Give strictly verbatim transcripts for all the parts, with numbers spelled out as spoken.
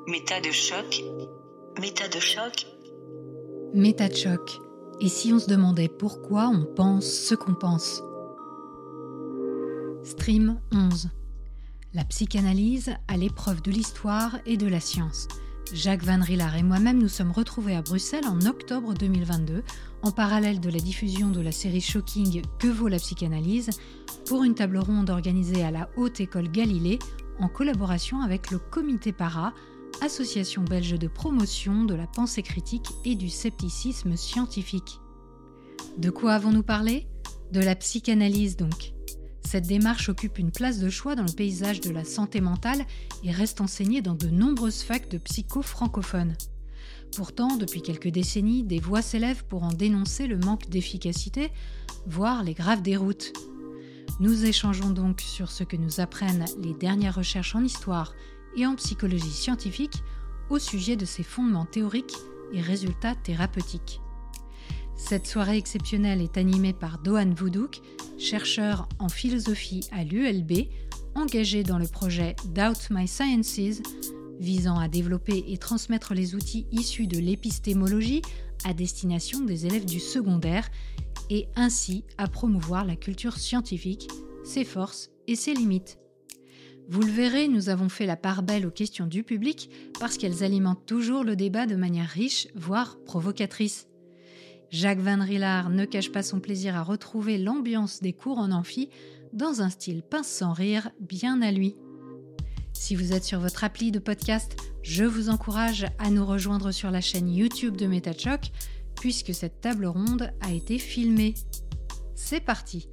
Méta de choc. Méta de choc. Méta de choc. Et si on se demandait pourquoi on pense ce qu'on pense ? Stream onze. La psychanalyse à l'épreuve de l'histoire et de la science. Jacques Van Rillard et moi-même nous sommes retrouvés à Bruxelles en octobre deux mille vingt-deux, en parallèle de la diffusion de la série Shocking Que vaut la psychanalyse, pour une table ronde organisée à la Haute École Galilée en collaboration avec le Comité Para, association belge de promotion de la pensée critique et du scepticisme scientifique. De quoi avons-nous parlé ? De la psychanalyse donc. Cette démarche occupe une place de choix dans le paysage de la santé mentale et reste enseignée dans de nombreuses facs de psycho francophones. Pourtant, depuis quelques décennies, des voix s'élèvent pour en dénoncer le manque d'efficacité, voire les graves déroutes. Nous échangeons donc sur ce que nous apprennent les dernières recherches en histoire et en psychologie scientifique au sujet de ces fondements théoriques et résultats thérapeutiques. Cette soirée exceptionnelle est animée par Doan Voudouk, chercheur en philosophie à l'U L B, engagé dans le projet Doubt My Sciences, visant à développer et transmettre les outils issus de l'épistémologie à destination des élèves du secondaire et ainsi à promouvoir la culture scientifique, ses forces et ses limites. Vous le verrez, nous avons fait la part belle aux questions du public parce qu'elles alimentent toujours le débat de manière riche, voire provocatrice. Jacques Van Rillard ne cache pas son plaisir à retrouver l'ambiance des cours en amphi dans un style pince sans rire bien à lui. Si vous êtes sur votre appli de podcast, je vous encourage à nous rejoindre sur la chaîne YouTube de Méta de choc puisque cette table ronde a été filmée. C'est parti.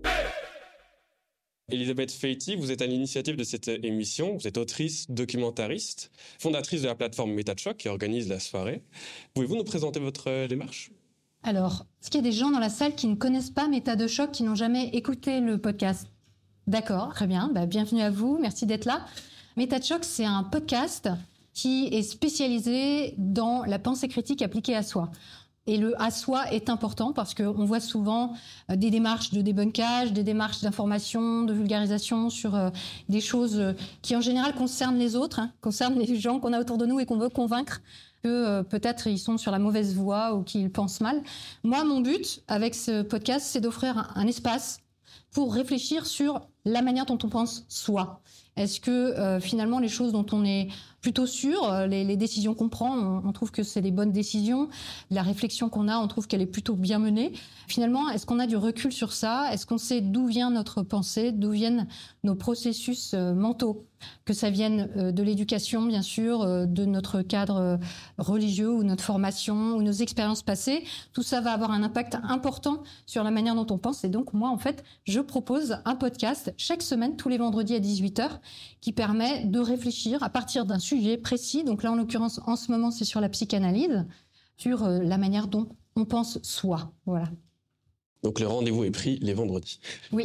Elisabeth Feiti, vous êtes à l'initiative de cette émission. Vous êtes autrice, documentariste, fondatrice de la plateforme Méta de choc qui organise la soirée. Pouvez-vous nous présenter votre démarche ? Alors, est-ce qu'il y a des gens dans la salle qui ne connaissent pas Méta de choc, qui n'ont jamais écouté le podcast ? D'accord, très bien. Bah, bienvenue à vous. Merci d'être là. Méta de choc, c'est un podcast qui est spécialisé dans la pensée critique appliquée à soi. Et le « à soi » est important parce qu'on voit souvent des démarches de débunkage, des démarches d'information, de vulgarisation sur euh, des choses euh, qui en général concernent les autres, hein, concernent les gens qu'on a autour de nous et qu'on veut convaincre que euh, peut-être ils sont sur la mauvaise voie ou qu'ils pensent mal. Moi, mon but avec ce podcast, c'est d'offrir un, un espace pour réfléchir sur la manière dont on pense soi. Est-ce que euh, finalement les choses dont on est plutôt sûr, les, les décisions qu'on prend, on, on trouve que c'est des bonnes décisions. La réflexion qu'on a, on trouve qu'elle est plutôt bien menée. Finalement, est-ce qu'on a du recul sur ça ? Est-ce qu'on sait d'où vient notre pensée, d'où viennent nos processus euh, mentaux ? Que ça vienne euh, de l'éducation, bien sûr, euh, de notre cadre euh, religieux ou notre formation ou nos expériences passées. Tout ça va avoir un impact important sur la manière dont on pense. Et donc, moi, en fait, je propose un podcast chaque semaine, tous les vendredis à dix-huit heures, qui permet de réfléchir à partir d'un sujet précis. Donc là, en l'occurrence, en ce moment, c'est sur la psychanalyse, sur euh, la manière dont on pense soi. Voilà. Donc le rendez-vous est pris les vendredis. Oui.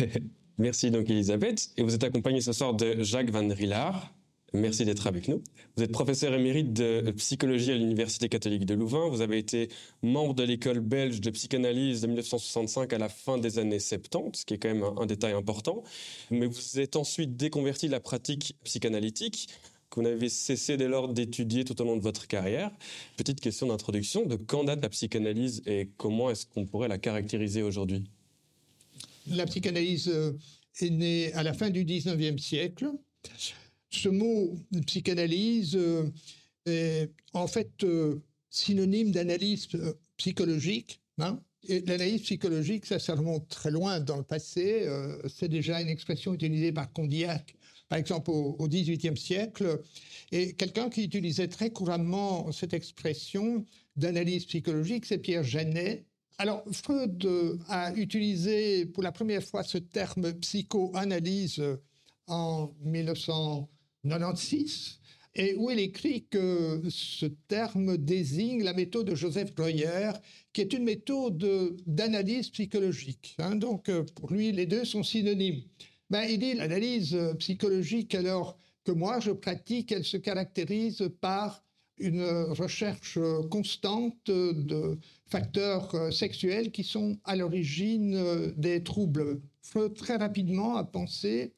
Merci donc Elisabeth. Et vous êtes accompagnée ce soir de Jacques Van Rillard. Merci d'être avec nous. Vous êtes professeur émérite de psychologie à l'Université catholique de Louvain. Vous avez été membre de l'école belge de psychanalyse de mille neuf cent soixante-cinq à la fin des années soixante-dix, ce qui est quand même un, un détail important. Mais vous êtes ensuite déconverti de la pratique psychanalytique, que vous n'avez cessé dès lors d'étudier tout au long de votre carrière. Petite question d'introduction, de quand date la psychanalyse et comment est-ce qu'on pourrait la caractériser aujourd'hui ? La psychanalyse est née à la fin du dix-neuvième siècle. Ce mot « psychanalyse » est en fait synonyme d'analyse psychologique. Hein. Et l'analyse psychologique, ça, ça remonte très loin dans le passé. C'est déjà une expression utilisée par Condillac, par exemple, au dix-huitième siècle. Et quelqu'un qui utilisait très couramment cette expression d'analyse psychologique, c'est Pierre Janet. Alors, Freud a utilisé pour la première fois ce terme psychoanalyse en mille neuf cent quatre-vingt-seize, et où il écrit que ce terme désigne la méthode de Joseph Breuer, qui est une méthode d'analyse psychologique. Hein, donc, pour lui, les deux sont synonymes. Ben, il dit l'analyse psychologique, alors que moi je pratique, elle se caractérise par une recherche constante de facteurs sexuels qui sont à l'origine des troubles. Freud, très rapidement, a pensé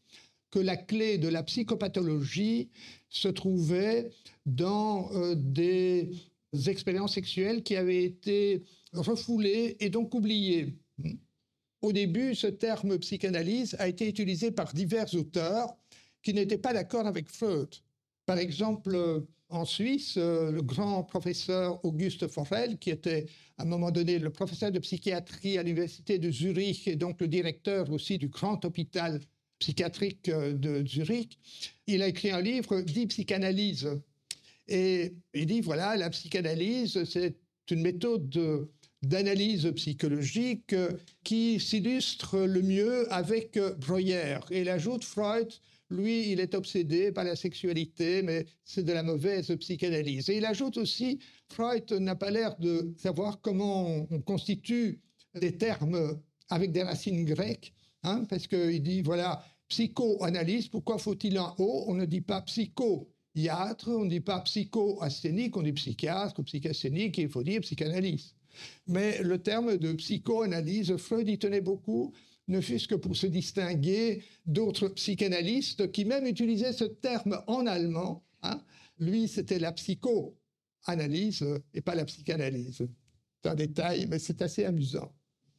que la clé de la psychopathologie se trouvait dans euh, des expériences sexuelles qui avaient été refoulées et donc oubliées. Au début, ce terme psychanalyse a été utilisé par divers auteurs qui n'étaient pas d'accord avec Freud. Par exemple, en Suisse, le grand professeur Auguste Forel, qui était à un moment donné le professeur de psychiatrie à l'université de Zurich et donc le directeur aussi du grand hôpital psychiatrique de Zurich, il a écrit un livre dit Psychanalyse. Et il dit, voilà, la psychanalyse, c'est une méthode de, d'analyse psychologique qui s'illustre le mieux avec Breuer. Et il ajoute, Freud, lui, il est obsédé par la sexualité, mais c'est de la mauvaise psychanalyse. Et il ajoute aussi, Freud n'a pas l'air de savoir comment on constitue des termes avec des racines grecques, hein, parce qu'il dit, voilà, psychoanalyse, pourquoi faut-il un O? On ne dit pas psychiatre, on ne dit pas psychoasthénique, on dit psychiatre ou psychasthénique, il faut dire psychanalyse. Mais le terme de psychoanalyse, Freud y tenait beaucoup, ne fût-ce que pour se distinguer d'autres psychanalystes qui même utilisaient ce terme en allemand. Hein. Lui, c'était la psychoanalyse et pas la psychanalyse. C'est un détail, mais c'est assez amusant.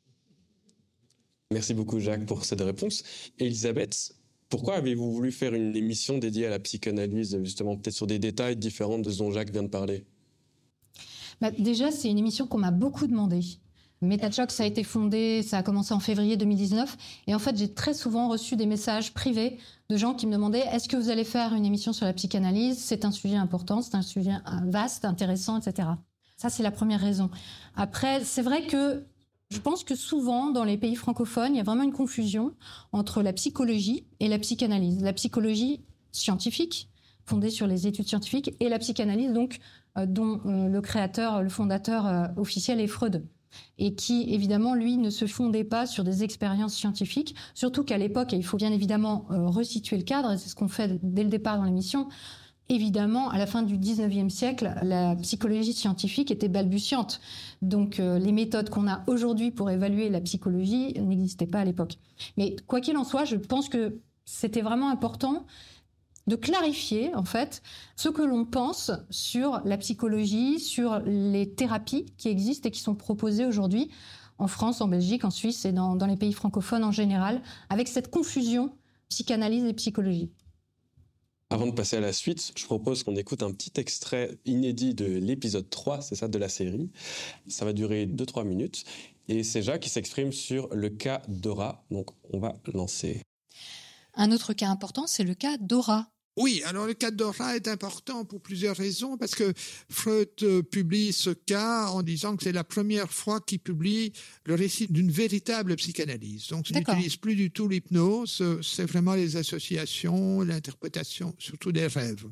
Merci beaucoup, Jacques, pour cette réponse. Elisabeth, pourquoi avez-vous voulu faire une émission dédiée à la psychanalyse, justement, peut-être sur des détails différents de ce dont Jacques vient de parler? Bah, déjà, c'est une émission qu'on m'a beaucoup demandé. MetaChoc, ça a été fondé, ça a commencé en février deux mille dix-neuf. Et en fait, j'ai très souvent reçu des messages privés de gens qui me demandaient « Est-ce que vous allez faire une émission sur la psychanalyse ? C'est un sujet important, c'est un sujet vaste, intéressant, et cetera » Ça, c'est la première raison. Après, c'est vrai que je pense que souvent, dans les pays francophones, il y a vraiment une confusion entre la psychologie et la psychanalyse. La psychologie scientifique, fondée sur les études scientifiques, et la psychanalyse, donc, euh, dont euh, le créateur, le fondateur euh, officiel est Freud. Et qui, évidemment, lui, ne se fondait pas sur des expériences scientifiques, surtout qu'à l'époque, et il faut bien évidemment euh, resituer le cadre, et c'est ce qu'on fait dès le départ dans l'émission, évidemment, à la fin du dix-neuvième siècle, la psychologie scientifique était balbutiante. Donc, euh, les méthodes qu'on a aujourd'hui pour évaluer la psychologie n'existaient pas à l'époque. Mais quoi qu'il en soit, je pense que c'était vraiment important de clarifier, en fait, ce que l'on pense sur la psychologie, sur les thérapies qui existent et qui sont proposées aujourd'hui en France, en Belgique, en Suisse et dans, dans les pays francophones en général, avec cette confusion psychanalyse et psychologie. Avant de passer à la suite, je propose qu'on écoute un petit extrait inédit de l'épisode trois, c'est ça, de la série. Ça va durer deux trois minutes. Et c'est Jacques qui s'exprime sur le cas Dora. Donc, on va lancer. Un autre cas important, c'est le cas Dora. Oui, alors le cas de Dora est important pour plusieurs raisons, parce que Freud euh, publie ce cas en disant que c'est la première fois qu'il publie le récit d'une véritable psychanalyse. Donc, il n'utilise plus du tout l'hypnose, c'est vraiment les associations, l'interprétation, surtout des rêves.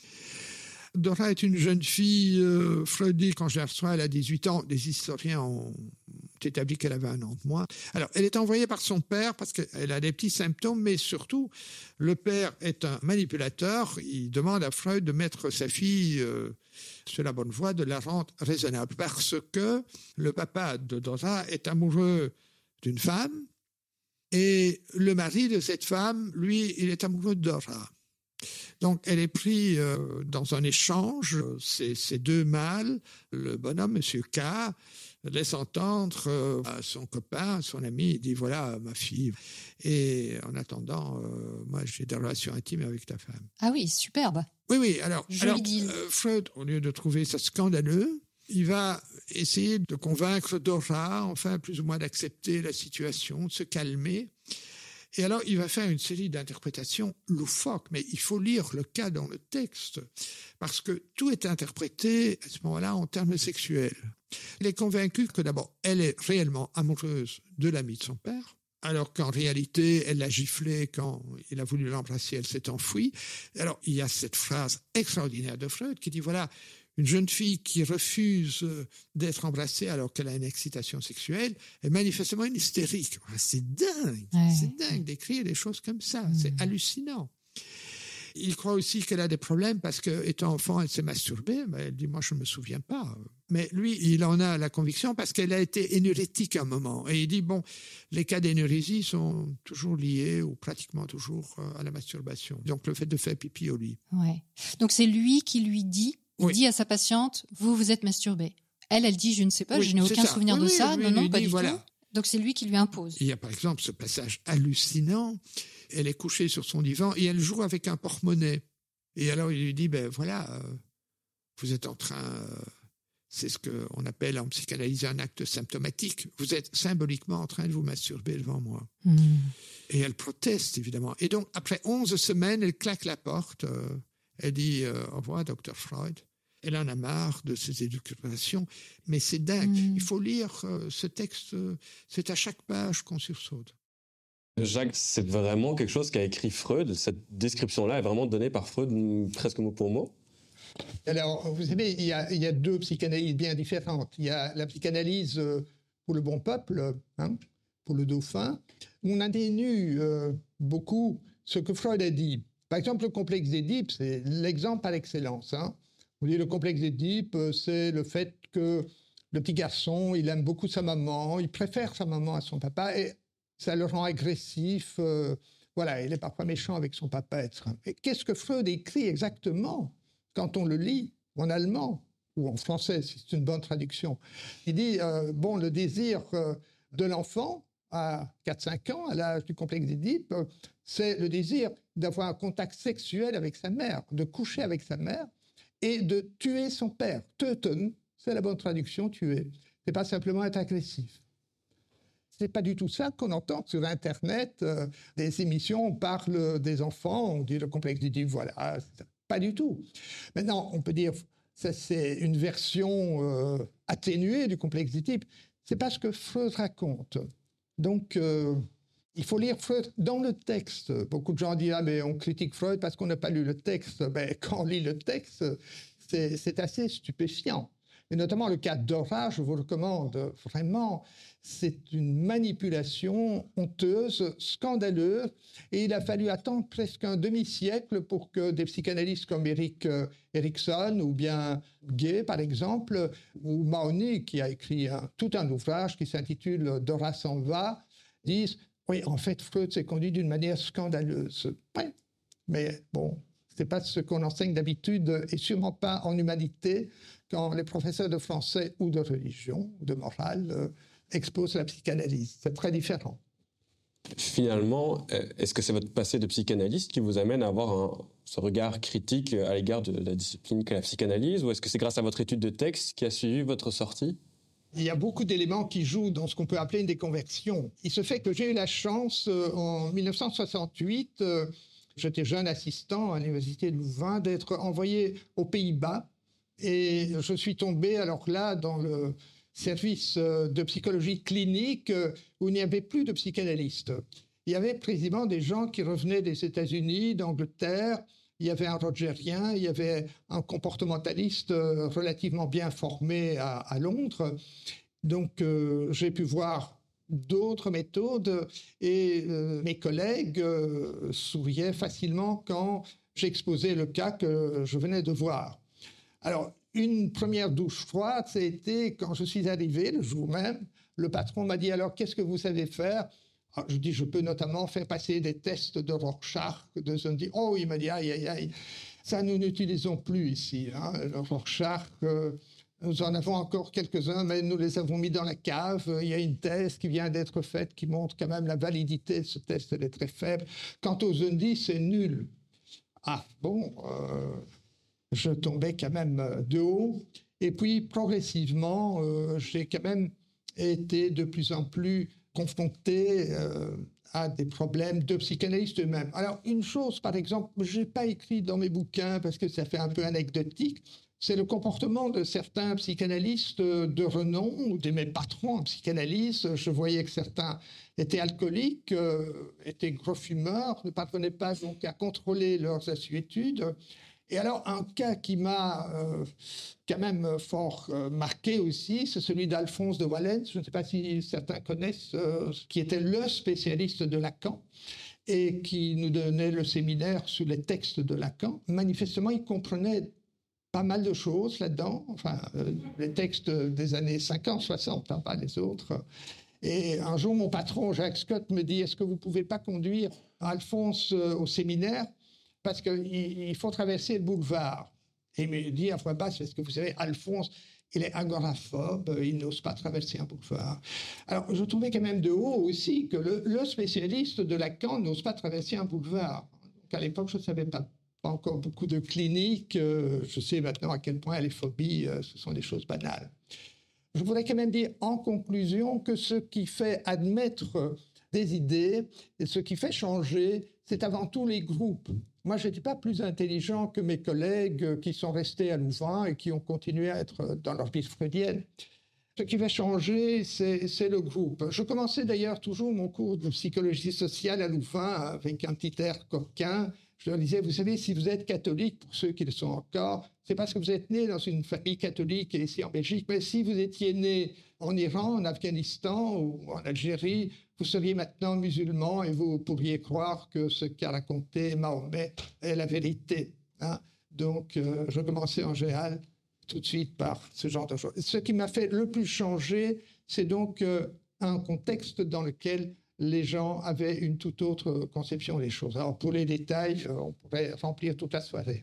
Dora est une jeune fille, euh, Freud dit, quand je la reçois, elle a dix-huit ans, des historiens ont établi qu'elle avait un an de moins. Alors, elle est envoyée par son père parce qu'elle a des petits symptômes, mais surtout, le père est un manipulateur. Il demande à Freud de mettre sa fille euh, sur la bonne voie, de la rendre raisonnable, parce que le papa de Dora est amoureux d'une femme et le mari de cette femme, lui, il est amoureux de Dora. Donc, elle est prise euh, dans un échange. Ces, ces deux mâles, le bonhomme, M. K, laisse entendre euh, à son copain, à son ami, il dit, voilà, ma fille. Et en attendant, euh, moi, j'ai des relations intimes avec ta femme. Ah oui, superbe. Oui, oui. Alors, alors euh, Freud, au lieu de trouver ça scandaleux, il va essayer de convaincre Dora, enfin, plus ou moins d'accepter la situation, de se calmer. Et alors, il va faire une série d'interprétations loufoques, mais il faut lire le cas dans le texte, parce que tout est interprété à ce moment-là en termes sexuels. Il est convaincu que d'abord, elle est réellement amoureuse de l'ami de son père, alors qu'en réalité, elle l'a giflé quand il a voulu l'embrasser, elle s'est enfuie. Alors, il y a cette phrase extraordinaire de Freud qui dit, voilà, une jeune fille qui refuse d'être embrassée alors qu'elle a une excitation sexuelle est manifestement une hystérique. C'est dingue, ouais. C'est dingue d'écrire des choses comme ça, mmh. C'est hallucinant. Il croit aussi qu'elle a des problèmes parce qu'étant enfant, elle s'est masturbée. Mais elle dit, moi, je ne me souviens pas. Mais lui, il en a la conviction parce qu'elle a été énurétique à un moment. Et il dit, bon, les cas d'énurésie sont toujours liés ou pratiquement toujours à la masturbation. Donc, le fait de faire pipi au lit. Ouais. Donc, c'est lui qui lui dit, il oui. dit à sa patiente, vous, vous êtes masturbée. Elle, elle dit, je ne sais pas, oui, je n'ai aucun ça. souvenir oui, de oui, ça. oui, non, non, pas dit, du voilà. tout. Donc, c'est lui qui lui impose. Il y a par exemple ce passage hallucinant. Elle est couchée sur son divan et elle joue avec un porte-monnaie. Et alors, il lui dit, ben voilà, euh, vous êtes en train... Euh, c'est ce qu'on appelle en psychanalyse un acte symptomatique. Vous êtes symboliquement en train de vous masturber devant moi. Mmh. Et elle proteste, évidemment. Et donc, après onze semaines, elle claque la porte. Euh, elle dit, euh, au revoir, docteur Freud. Elle en a marre de ces éducations, mais c'est dingue. Mmh. Il faut lire euh, ce texte, euh, c'est à chaque page qu'on sursaute. Jacques, c'est vraiment quelque chose qu'a écrit Freud. Cette description-là est vraiment donnée par Freud presque mot pour mot. Alors, vous savez, il y a, il y a deux psychanalyses bien différentes. Il y a la psychanalyse pour le bon peuple, hein, pour le dauphin, où on atténue euh, beaucoup ce que Freud a dit. Par exemple, le complexe d'Édipe, c'est l'exemple par excellence, hein. Vous dites, le complexe d'Édipe, c'est le fait que le petit garçon, il aime beaucoup sa maman, il préfère sa maman à son papa, et ça le rend agressif. Euh, voilà, il est parfois méchant avec son papa, et cetera. Et qu'est-ce que Freud écrit exactement quand on le lit en allemand ou en français, si c'est une bonne traduction? Il dit, euh, bon, le désir euh, de l'enfant à quatre cinq ans, à l'âge du complexe d'Édipe, euh, c'est le désir d'avoir un contact sexuel avec sa mère, de coucher avec sa mère, et de tuer son père. Töten, c'est la bonne traduction, tuer. C'est pas simplement être agressif. C'est pas du tout ça qu'on entend sur Internet. Euh, des émissions, on parle des enfants, on dit le complexe d'Édipe, voilà. Pas du tout. Maintenant, on peut dire ça c'est une version euh, atténuée du complexe d'Édipe. C'est pas ce que Freud raconte. Donc, euh, il faut lire Freud dans le texte. Beaucoup de gens disent « Ah, mais on critique Freud parce qu'on n'a pas lu le texte. » Ben, quand on lit le texte, c'est, c'est assez stupéfiant. Et notamment le cas Dora, je vous recommande vraiment. C'est une manipulation honteuse, scandaleuse. Et il a fallu attendre presque un demi-siècle pour que des psychanalystes comme Erik Erikson ou bien Gay, par exemple, ou Mahony, qui a écrit un, tout un ouvrage qui s'intitule « Dora s'en va », disent « Oui, en fait, Freud s'est conduit d'une manière scandaleuse. » Ouais. Mais bon, ce n'est pas ce qu'on enseigne d'habitude, et sûrement pas en humanité, quand les professeurs de français ou de religion, ou de morale, euh, exposent la psychanalyse. C'est très différent. Finalement, est-ce que c'est votre passé de psychanalyste qui vous amène à avoir un, ce regard critique à l'égard de la discipline qu'est la psychanalyse, ou est-ce que c'est grâce à votre étude de texte qui a suivi votre sortie? Il y a beaucoup d'éléments qui jouent dans ce qu'on peut appeler une déconversion. Il se fait que j'ai eu la chance, euh, en dix-neuf cent soixante-huit, euh, j'étais jeune assistant à l'université de Louvain, d'être envoyé aux Pays-Bas. Et je suis tombé, alors là, dans le service de psychologie clinique où il n'y avait plus de psychanalystes. Il y avait précisément des gens qui revenaient des États-Unis, d'Angleterre. Il y avait un rogérien, il y avait un comportementaliste relativement bien formé à, à Londres. Donc, euh, j'ai pu voir d'autres méthodes et euh, mes collègues euh, souriaient facilement quand j'exposais le cas que je venais de voir. Alors, une première douche froide, c'était quand je suis arrivé le jour même. Le patron m'a dit, alors, qu'est-ce que vous savez faire? Alors, je dis, je peux notamment faire passer des tests de Rorschach. De Zondi. Oh, il m'a dit, aïe, aïe, aïe, ça nous n'utilisons plus ici. Hein. Le Rorschach, euh, nous en avons encore quelques-uns, mais nous les avons mis dans la cave. Il y a une thèse qui vient d'être faite qui montre quand même la validité de ce test, elle est très faible. Quant aux Zondi, c'est nul. Ah, bon... Euh, je tombais quand même de haut. Et puis, progressivement, euh, j'ai quand même été de plus en plus confronté euh, à des problèmes de psychanalystes eux-mêmes. Alors, une chose, par exemple, je n'ai pas écrit dans mes bouquins parce que ça fait un peu anecdotique, c'est le comportement de certains psychanalystes de renom, ou de mes patrons en psychanalyse. Je voyais que certains étaient alcooliques, euh, étaient gros fumeurs, ne parvenaient pas donc à contrôler leurs assuétudes. Et alors, un cas qui m'a euh, quand même fort euh, marqué aussi, c'est celui d'Alphonse de Walens. Je ne sais pas si certains connaissent, euh, qui était le spécialiste de Lacan. et qui nous donnait le séminaire sur les textes de Lacan. Manifestement, il comprenait pas mal de choses là-dedans, enfin, euh, les textes des années cinquante, soixante, hein, pas les autres. Et un jour, mon patron, Jacques Scott, me dit « Est-ce que vous ne pouvez pas conduire Alphonse euh, au séminaire parce qu'il il faut traverser le boulevard ?» Et il me dit à voix basse « Parce que vous savez, Alphonse, il est agoraphobe, il n'ose pas traverser un boulevard. » Alors, je trouvais quand même de haut aussi que le, le spécialiste de Lacan n'ose pas traverser un boulevard. Donc, à l'époque, je ne savais pas, pas encore beaucoup de cliniques. Euh, je sais maintenant à quel point les phobies, euh, ce sont des choses banales. Je voudrais quand même dire en conclusion que ce qui fait admettre des idées et ce qui fait changer, c'est avant tout les groupes. Moi, je n'étais pas plus intelligent que mes collègues qui sont restés à Louvain et qui ont continué à être dans l'orbite freudienne. Ce qui va changer, c'est, c'est le groupe. Je commençais d'ailleurs toujours mon cours de psychologie sociale à Louvain avec un petit air coquin. Je leur disais, vous savez, si vous êtes catholique, pour ceux qui le sont encore, c'est parce que vous êtes né dans une famille catholique ici en Belgique. Mais si vous étiez né en Iran, en Afghanistan ou en Algérie, vous seriez maintenant musulman et vous pourriez croire que ce qu'a raconté Mahomet est la vérité. Hein. Donc, euh, je commençais en général tout de suite par ce genre de choses. Ce qui m'a fait le plus changer, c'est donc euh, un contexte dans lequel les gens avaient une toute autre conception des choses. Alors, pour les détails, on pourrait remplir toute la soirée.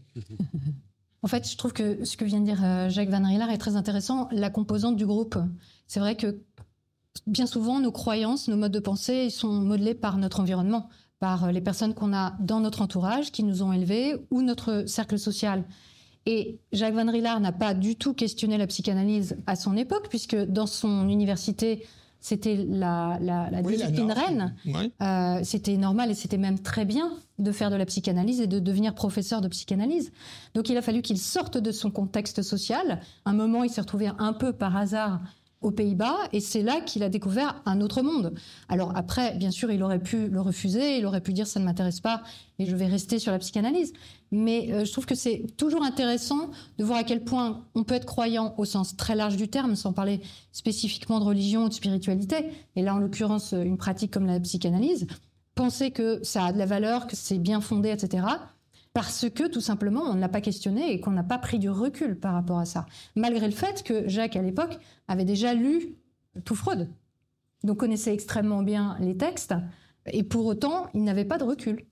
En fait, je trouve que ce que vient de dire Jacques Van Rielaar est très intéressant, la composante du groupe. C'est vrai que bien souvent, nos croyances, nos modes de pensée, ils sont modelés par notre environnement, par les personnes qu'on a dans notre entourage, qui nous ont élevés, ou notre cercle social. Et Jacques Van Rielaar n'a pas du tout questionné la psychanalyse à son époque, puisque dans son université, c'était la, la, la oui, discipline la reine. Ouais. Euh, c'était normal et c'était même très bien de faire de la psychanalyse et de devenir professeur de psychanalyse. Donc il a fallu qu'il sorte de son contexte social. À un moment, il s'est retrouvé un peu par hasard aux Pays-Bas et c'est là qu'il a découvert un autre monde. Alors après, bien sûr, il aurait pu le refuser, il aurait pu dire ça ne m'intéresse pas et je vais rester sur la psychanalyse. Mais euh, je trouve que c'est toujours intéressant de voir à quel point on peut être croyant au sens très large du terme, sans parler spécifiquement de religion ou de spiritualité. Et là, en l'occurrence, une pratique comme la psychanalyse, penser que ça a de la valeur, que c'est bien fondé, et cetera, parce que, tout simplement, on ne l'a pas questionné et qu'on n'a pas pris du recul par rapport à ça. Malgré le fait que Jacques, à l'époque, avait déjà lu tout Freud. Donc, connaissait extrêmement bien les textes. Et pour autant, il n'avait pas de recul.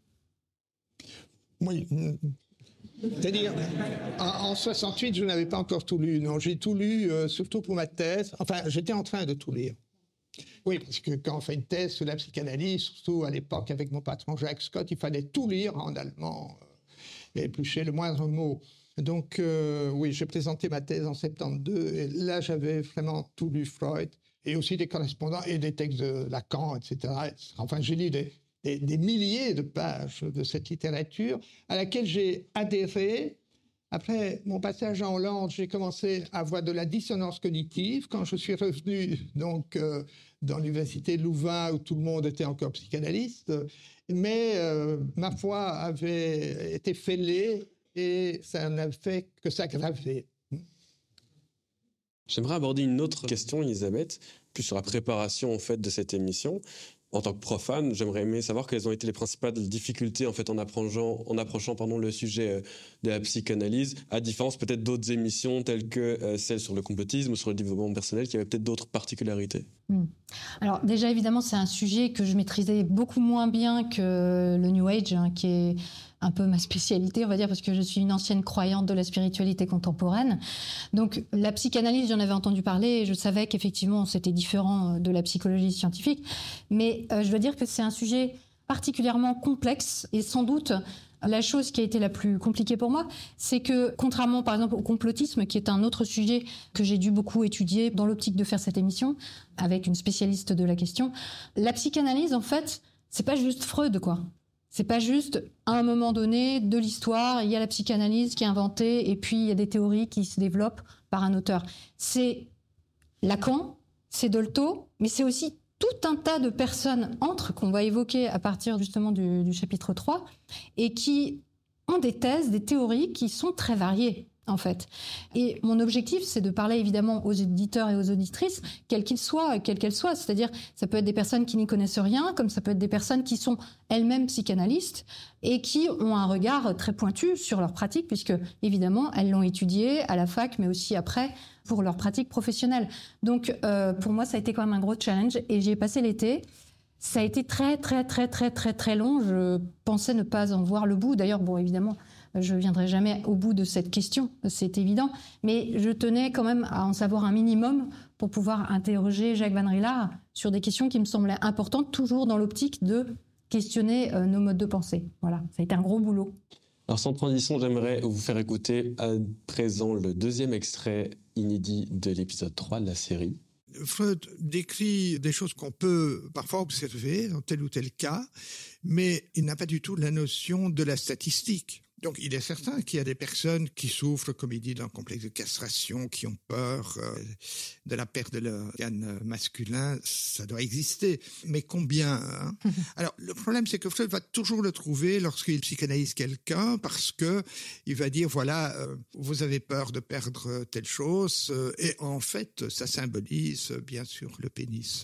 Oui. C'est-à-dire, en, en soixante-huit, je n'avais pas encore tout lu. Non, j'ai tout lu, euh, surtout pour ma thèse. Enfin, j'étais en train de tout lire. Oui, parce que quand on fait une thèse sur la psychanalyse, surtout à l'époque avec mon patron Jacques Scott, il fallait tout lire en allemand et éplucher le moindre mot. Donc, euh, oui, j'ai présenté ma thèse en soixante-douze et là, j'avais vraiment tout lu Freud et aussi des correspondants et des textes de Lacan, et cetera. Enfin, j'ai lu des, des, des milliers de pages de cette littérature à laquelle j'ai adhéré. Après mon passage en Hollande, j'ai commencé à avoir de la dissonance cognitive. Quand je suis revenu donc, euh, dans l'université de Louvain, où tout le monde était encore psychanalyste, mais euh, ma foi avait été fêlée et ça n'a fait que s'aggraver. J'aimerais aborder une autre question, Elisabeth, plus sur la préparation en fait, de cette émission. En tant que profane, j'aimerais aimer savoir quelles ont été les principales difficultés en fait en approchant, en approchant pardon, le sujet de la psychanalyse, à différence peut-être d'autres émissions telles que euh, celles sur le complotisme ou sur le développement personnel, qui avaient peut-être d'autres particularités. Mmh. Alors déjà évidemment c'est un sujet que je maîtrisais beaucoup moins bien que le New Age, hein, qui est un peu ma spécialité, on va dire, parce que je suis une ancienne croyante de la spiritualité contemporaine. Donc la psychanalyse, j'en avais entendu parler et je savais qu'effectivement c'était différent de la psychologie scientifique, mais euh, je dois dire que c'est un sujet particulièrement complexe et sans doute la chose qui a été la plus compliquée pour moi, c'est que contrairement par exemple au complotisme, qui est un autre sujet que j'ai dû beaucoup étudier dans l'optique de faire cette émission avec une spécialiste de la question, la psychanalyse en fait, c'est pas juste Freud quoi. C'est pas juste, à un moment donné de l'histoire, il y a la psychanalyse qui est inventée et puis il y a des théories qui se développent par un auteur. C'est Lacan, c'est Dolto, mais c'est aussi tout un tas de personnes entre qu'on va évoquer à partir justement du, du chapitre trois et qui ont des thèses, des théories qui sont très variées. en fait. Et mon objectif, c'est de parler évidemment aux éditeurs et aux auditrices, quels qu'ils soient, quelles qu'elles soient. C'est-à-dire, ça peut être des personnes qui n'y connaissent rien, comme ça peut être des personnes qui sont elles-mêmes psychanalystes et qui ont un regard très pointu sur leur pratique, puisque évidemment, elles l'ont étudié à la fac, mais aussi après pour leur pratique professionnelle. Donc, euh, pour moi, ça a été quand même un gros challenge et j'y ai passé l'été. Ça a été très, très, très, très, très, très long. Je pensais ne pas en voir le bout. D'ailleurs, bon, évidemment, je ne viendrai jamais au bout de cette question, c'est évident. Mais je tenais quand même à en savoir un minimum pour pouvoir interroger Jacques Van Rillard sur des questions qui me semblaient importantes, toujours dans l'optique de questionner euh, nos modes de pensée. Voilà, ça a été un gros boulot. Alors, sans transition, j'aimerais vous faire écouter à présent le deuxième extrait inédit de l'épisode trois de la série. Freud décrit des choses qu'on peut parfois observer dans tel ou tel cas, mais il n'a pas du tout la notion de la statistique. Donc, il est certain qu'il y a des personnes qui souffrent, comme il dit, d'un complexe de castration, qui ont peur euh, de la perte de leur organe masculin. Ça doit exister. Mais combien hein Alors, le problème, c'est que Freud va toujours le trouver lorsqu'il psychanalyse quelqu'un, parce que il va dire, voilà, euh, vous avez peur de perdre telle chose, euh, et en fait, ça symbolise, bien sûr, le pénis.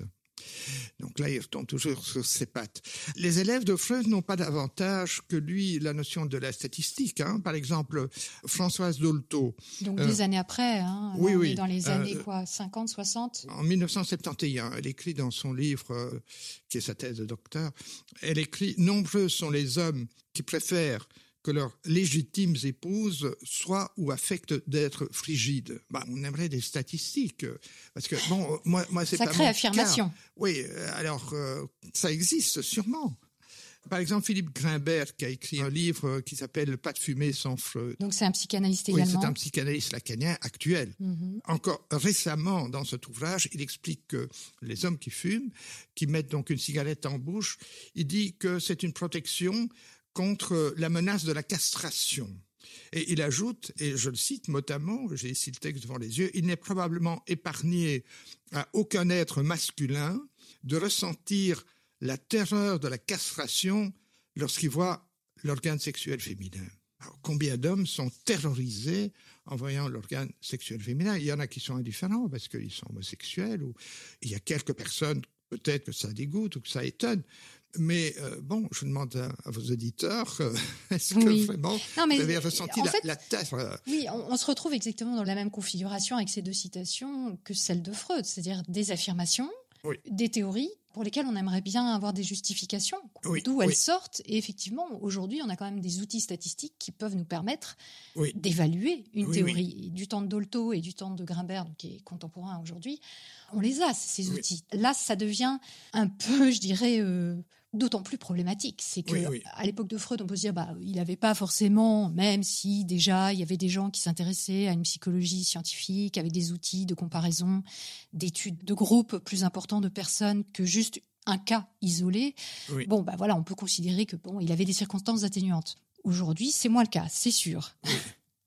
Donc là, il retombe toujours sur ses pattes. Les élèves de Freud n'ont pas davantage que lui la notion de la statistique. Hein. Par exemple, Françoise Dolto. Donc euh, des années après, hein. Oui, on oui. est dans les années euh, quoi, cinquante, soixante En dix-neuf cent soixante et onze, elle écrit dans son livre, euh, qui est sa thèse de docteur, elle écrit « Nombreux sont les hommes qui préfèrent que leurs légitimes épouses soient ou affectent d'être frigides. » Bah, on aimerait des statistiques, parce que bon, moi, moi c'est pas mon Sacrée affirmation. cas. Oui, alors euh, ça existe sûrement. Par exemple, Philippe Grimbert, qui a écrit un livre qui s'appelle « Pas de fumée sans Freud ». Donc c'est un psychanalyste Oui, également. c'est un psychanalyste lacanien actuel. Mm-hmm. Encore récemment, dans cet ouvrage, il explique que les hommes qui fument, qui mettent donc une cigarette en bouche, il dit que c'est une protection contre la menace de la castration. Et il ajoute, et je le cite notamment, j'ai ici le texte devant les yeux, « Il n'est probablement épargné à aucun être masculin de ressentir la terreur de la castration lorsqu'il voit l'organe sexuel féminin. » Alors, combien d'hommes sont terrorisés en voyant l'organe sexuel féminin ? Il y en a qui sont indifférents parce qu'ils sont homosexuels, ou il y a quelques personnes, peut-être que ça dégoûte ou que ça étonne. Mais euh, bon, je demande à, à vos auditeurs, euh, est-ce que oui. vraiment non, mais vous avez ressenti la, fait, la terreur ? Oui, on, on se retrouve exactement dans la même configuration avec ces deux citations que celle de Freud, c'est-à-dire des affirmations, oui. des théories pour lesquelles on aimerait bien avoir des justifications, oui. d'où elles oui. sortent. Et effectivement, aujourd'hui, on a quand même des outils statistiques qui peuvent nous permettre oui. d'évaluer une oui, théorie. Oui. Du temps de Dolto et du temps de Grimbert, qui est contemporain aujourd'hui, on les a, ces outils. Oui. Là, ça devient un peu, je dirais... Euh, d'autant plus problématique. C'est que oui, oui. à l'époque de Freud, on peut se dire bah il n'avait pas forcément, même si déjà il y avait des gens qui s'intéressaient à une psychologie scientifique avec des outils de comparaison, d'études de groupes plus importants de personnes que juste un cas isolé. Oui. Bon bah voilà, on peut considérer que bon il avait des circonstances atténuantes. Aujourd'hui, c'est moins le cas, c'est sûr. Oui.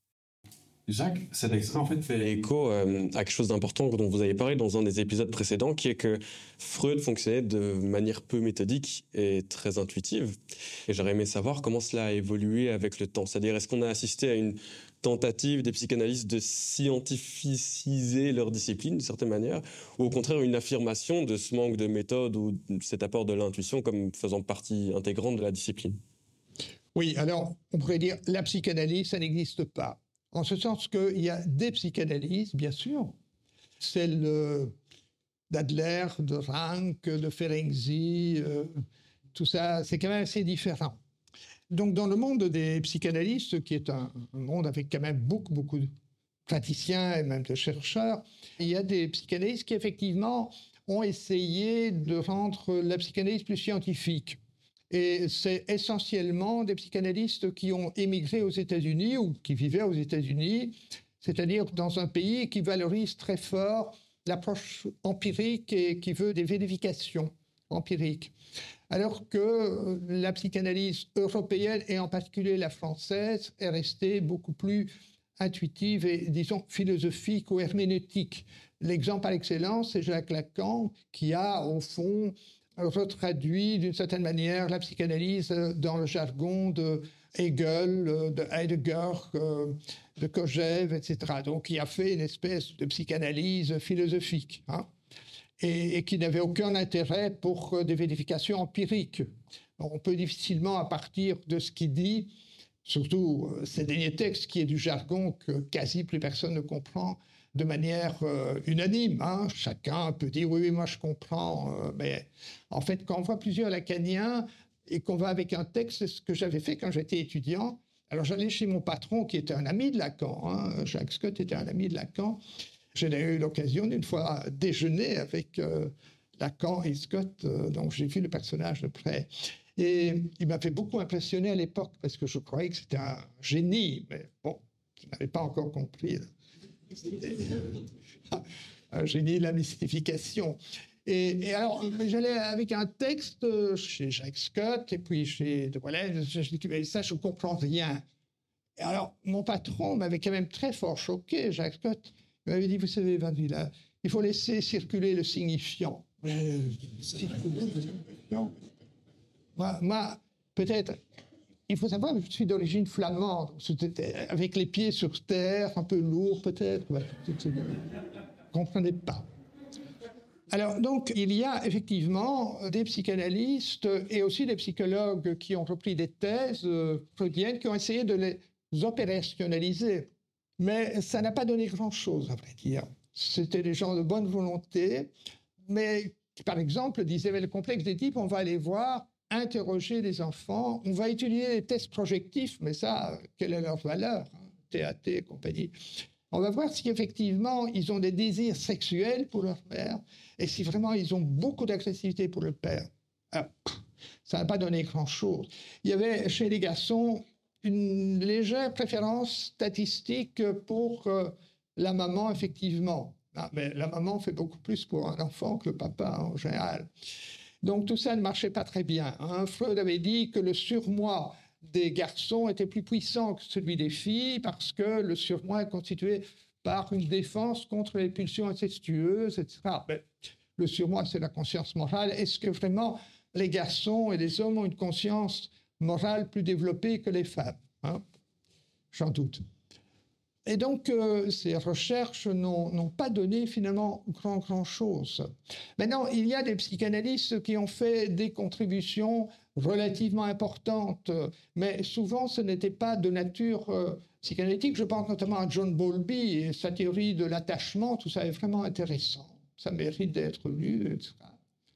Jacques, cet extrait en fait fait écho euh, à quelque chose d'important dont vous avez parlé dans un des épisodes précédents, qui est que Freud fonctionnait de manière peu méthodique et très intuitive. Et j'aurais aimé savoir comment cela a évolué avec le temps. C'est-à-dire, est-ce qu'on a assisté à une tentative des psychanalystes de scientificiser leur discipline d'une certaine manière, ou au contraire une affirmation de ce manque de méthode ou cet apport de l'intuition comme faisant partie intégrante de la discipline ? Oui, alors on pourrait dire la psychanalyse, ça n'existe pas. En ce sens qu'il y a des psychanalyses, bien sûr, celle euh, d'Adler, de Rank, de Ferenczi, euh, tout ça, c'est quand même assez différent. Donc dans le monde des psychanalystes, qui est un, un monde avec quand même beaucoup, beaucoup de praticiens et même de chercheurs, il y a des psychanalystes qui effectivement ont essayé de rendre la psychanalyse plus scientifique. Et c'est essentiellement des psychanalystes qui ont émigré aux États-Unis ou qui vivaient aux États-Unis, c'est-à-dire dans un pays qui valorise très fort l'approche empirique et qui veut des vérifications empiriques. Alors que la psychanalyse européenne, et en particulier la française, est restée beaucoup plus intuitive et, disons, philosophique ou herméneutique. L'exemple par excellence, c'est Jacques Lacan, qui a, au fond, retraduit d'une certaine manière la psychanalyse dans le jargon de Hegel, de Heidegger, de Kojève, et cetera. Donc, il a fait une espèce de psychanalyse philosophique, hein, et, et qui n'avait aucun intérêt pour des vérifications empiriques. On peut difficilement, à partir de ce qu'il dit, surtout ces derniers textes qui est du jargon que quasi plus personne ne comprend de manière euh, unanime, hein. Chacun peut dire oui, oui, moi je comprends, euh, mais en fait, quand on voit plusieurs lacaniens et qu'on va avec un texte, c'est ce que j'avais fait quand j'étais étudiant. Alors j'allais chez mon patron qui était un ami de Lacan, hein. Jacques Scott était un ami de Lacan. J'ai eu l'occasion d'une fois déjeuner avec euh, Lacan et Scott, euh, donc j'ai vu le personnage de près. Et il m'avait beaucoup impressionné à l'époque parce que je croyais que c'était un génie, mais bon, je n'avais pas encore compris un génie de la mystification. Et, et alors, j'allais avec un texte chez Jacques Scott et puis chez de Wallace, je dis, mais ça, je ne comprends rien. Et alors, mon patron m'avait quand même très fort choqué, Jacques Scott. Il m'avait dit, vous savez, Van Villa, il faut laisser circuler le signifiant. Mais, circuler le signifiant. Moi, moi peut-être, il faut savoir que je suis d'origine flamande, avec les pieds sur terre, un peu lourd peut-être. Je ne comprenais pas. Alors, donc, il y a effectivement des psychanalystes et aussi des psychologues qui ont repris des thèses freudiennes, qui ont essayé de les opérationnaliser. Mais ça n'a pas donné grand-chose, à vrai dire. C'était des gens de bonne volonté, mais qui, par exemple, disaient, le complexe des types, on va aller voir, interroger les enfants, on va étudier les tests projectifs, mais ça, quelle est leur valeur, hein, T A T et compagnie. On va voir si effectivement ils ont des désirs sexuels pour leur mère et si vraiment ils ont beaucoup d'agressivité pour le père. Alors, ça n'a pas donné grand-chose. Il y avait chez les garçons une légère préférence statistique pour euh, la maman, effectivement. Ah, mais la maman fait beaucoup plus pour un enfant que le papa en général. Donc tout ça ne marchait pas très bien, hein. Freud avait dit que le surmoi des garçons était plus puissant que celui des filles parce que le surmoi est constitué par une défense contre les pulsions incestueuses, et cetera. Mais le surmoi, c'est la conscience morale. Est-ce que vraiment les garçons et les hommes ont une conscience morale plus développée que les femmes, hein? J'en doute. Et donc, euh, ces recherches n'ont, n'ont pas donné finalement grand, grand chose. Maintenant, il y a des psychanalystes qui ont fait des contributions relativement importantes, mais souvent ce n'était pas de nature euh, psychanalytique. Je pense notamment à John Bowlby et sa théorie de l'attachement, tout ça est vraiment intéressant. Ça mérite d'être lu, et cetera.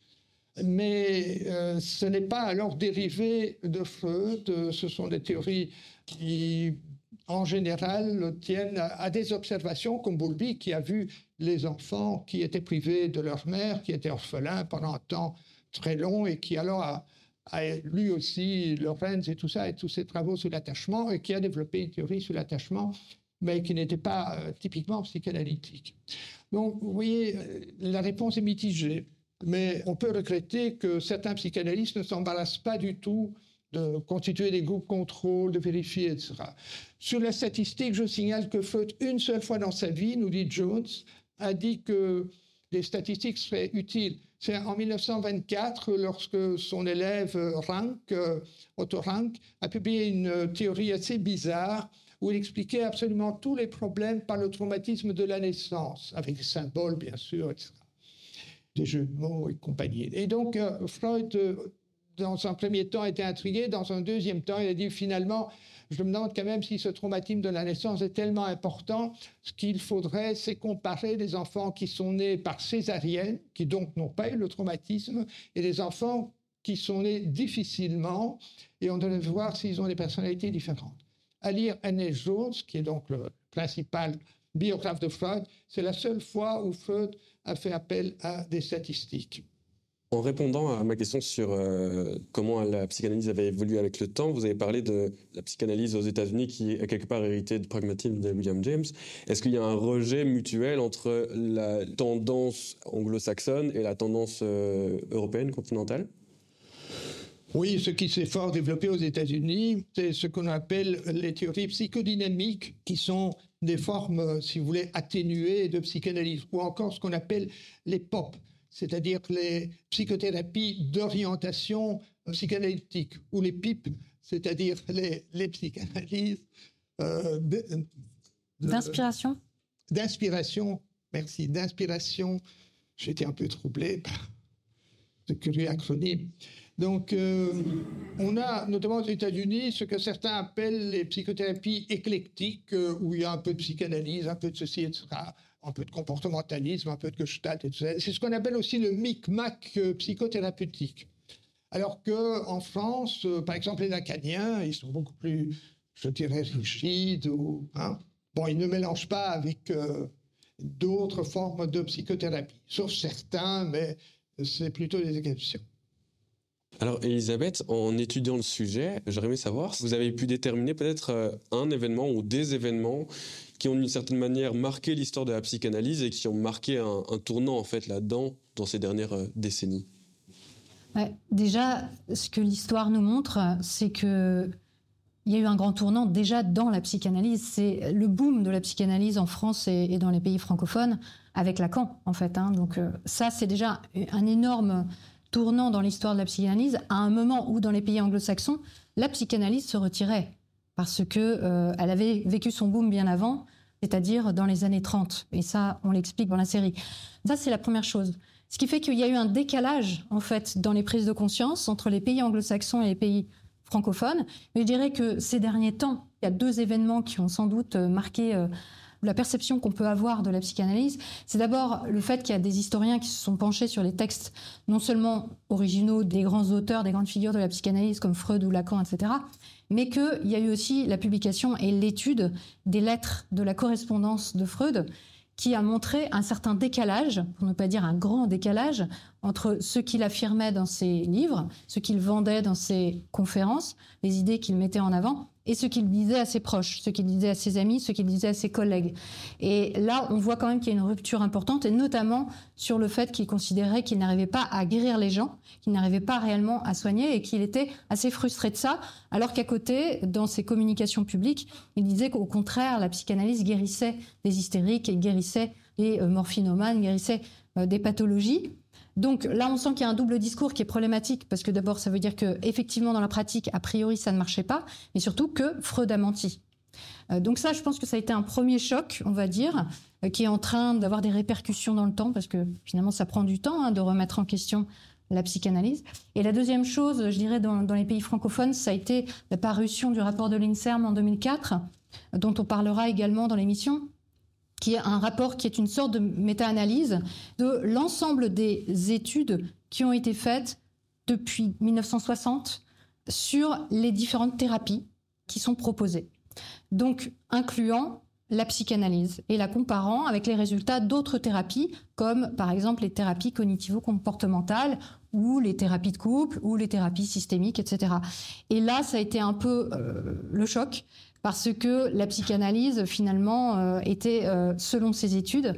Mais euh, ce n'est pas alors dérivé de Freud, ce sont des théories qui, en général, tiennent à, à des observations comme Bowlby, qui a vu les enfants qui étaient privés de leur mère, qui étaient orphelins pendant un temps très long, et qui alors a, a lu aussi Lorenz et tout ça, et tous ses travaux sur l'attachement, et qui a développé une théorie sur l'attachement, mais qui n'était pas euh, typiquement psychanalytique. Donc, vous voyez, la réponse est mitigée. Mais on peut regretter que certains psychanalystes ne s'embarrassent pas du tout de constituer des groupes contrôle, de vérifier, et cetera. Sur la statistique, je signale que Freud, une seule fois dans sa vie, nous dit Jones, a dit que les statistiques seraient utiles. C'est en mille neuf cent vingt-quatre, lorsque son élève Rank, Otto Rank, a publié une théorie assez bizarre où il expliquait absolument tous les problèmes par le traumatisme de la naissance, avec des symboles, bien sûr, et cetera. Des jeux de mots et compagnie. Et donc, euh, Freud, euh, dans un premier temps, était intrigué. Dans un deuxième temps, il a dit, finalement, je me demande quand même si ce traumatisme de la naissance est tellement important. Ce qu'il faudrait, c'est comparer des enfants qui sont nés par césarienne, qui donc n'ont pas eu le traumatisme, et des enfants qui sont nés difficilement, et on devrait voir s'ils ont des personnalités différentes. À lire N S Jones, qui est donc le principal biographe de Freud, c'est la seule fois où Freud a fait appel à des statistiques. En répondant à ma question sur euh, comment la psychanalyse avait évolué avec le temps, vous avez parlé de la psychanalyse aux États-Unis qui a quelque part hérité du pragmatisme de William James. Est-ce qu'il y a un rejet mutuel entre la tendance anglo-saxonne et la tendance euh, européenne continentale ? Oui, ce qui s'est fort développé aux États-Unis, c'est ce qu'on appelle les théories psychodynamiques, qui sont des formes, si vous voulez, atténuées de psychanalyse, ou encore ce qu'on appelle les pop. c'est-à-dire les psychothérapies d'orientation psychanalytique, ou les P I P, c'est-à-dire les, les psychanalyses euh, de, de, d'inspiration. D'inspiration, merci, d'inspiration. J'étais un peu troublé par ce curieux acronyme. Donc, euh, on a notamment aux États-Unis ce que certains appellent les psychothérapies éclectiques, euh, où il y a un peu de psychanalyse, un peu de ceci, et cetera, un peu de comportementalisme, un peu de gestalt, et cetera. C'est ce qu'on appelle aussi le micmac euh, psychothérapeutique. Alors qu'en France, euh, par exemple, les lacaniens, ils sont beaucoup plus, je dirais, rigides. Ou, hein. Bon, ils ne mélangent pas avec euh, d'autres formes de psychothérapie, sauf certains, mais c'est plutôt des exceptions. Alors, Elisabeth, en étudiant le sujet, j'aurais aimé savoir si vous avez pu déterminer peut-être un événement ou des événements qui ont d'une certaine manière marqué l'histoire de la psychanalyse et qui ont marqué un, un tournant en fait là-dedans dans ces dernières décennies. Ouais, déjà, ce que l'histoire nous montre, c'est que il y a eu un grand tournant déjà dans la psychanalyse. C'est le boom de la psychanalyse en France et, et dans les pays francophones avec Lacan, en fait. Hein. Donc euh, ça, c'est déjà un énorme tournant dans l'histoire de la psychanalyse à un moment où, dans les pays anglo-saxons, la psychanalyse se retirait parce qu'elle euh, avait vécu son boom bien avant, c'est-à-dire dans les années trente. Et ça, on l'explique dans la série. Ça, c'est la première chose. Ce qui fait qu'il y a eu un décalage, en fait, dans les prises de conscience entre les pays anglo-saxons et les pays francophones. Mais je dirais que ces derniers temps, il y a deux événements qui ont sans doute marqué euh, la perception qu'on peut avoir de la psychanalyse. C'est d'abord le fait qu'il y a des historiens qui se sont penchés sur les textes non seulement originaux des grands auteurs, des grandes figures de la psychanalyse comme Freud ou Lacan, et cetera, mais qu'il y a eu aussi la publication et l'étude des lettres de la correspondance de Freud qui a montré un certain décalage, pour ne pas dire un grand décalage, entre ce qu'il affirmait dans ses livres, ce qu'il vendait dans ses conférences, les idées qu'il mettait en avant, et ce qu'il disait à ses proches, ce qu'il disait à ses amis, ce qu'il disait à ses collègues. Et là, on voit quand même qu'il y a une rupture importante, et notamment sur le fait qu'il considérait qu'il n'arrivait pas à guérir les gens, qu'il n'arrivait pas réellement à soigner, et qu'il était assez frustré de ça, alors qu'à côté, dans ses communications publiques, il disait qu'au contraire, la psychanalyse guérissait les hystériques, et guérissait les morphinomanes, guérissait des pathologies. Donc là, on sent qu'il y a un double discours qui est problématique, parce que d'abord, ça veut dire qu'effectivement, dans la pratique, a priori, ça ne marchait pas, mais surtout que Freud a menti. Euh, donc ça, je pense que ça a été un premier choc, on va dire, euh, qui est en train d'avoir des répercussions dans le temps, parce que finalement, ça prend du temps hein, de remettre en question la psychanalyse. Et la deuxième chose, je dirais, dans, dans les pays francophones, ça a été la parution du rapport de l'INSERM en deux mille quatre, dont on parlera également dans l'émission, qui est un rapport qui est une sorte de méta-analyse de l'ensemble des études qui ont été faites depuis mille neuf cent soixante sur les différentes thérapies qui sont proposées. Donc, incluant la psychanalyse et la comparant avec les résultats d'autres thérapies, comme par exemple les thérapies cognitivo-comportementales ou les thérapies de couple ou les thérapies systémiques, et cetera. Et là, ça a été un peu euh, le choc, parce que la psychanalyse, finalement, euh, était, euh, selon ces études,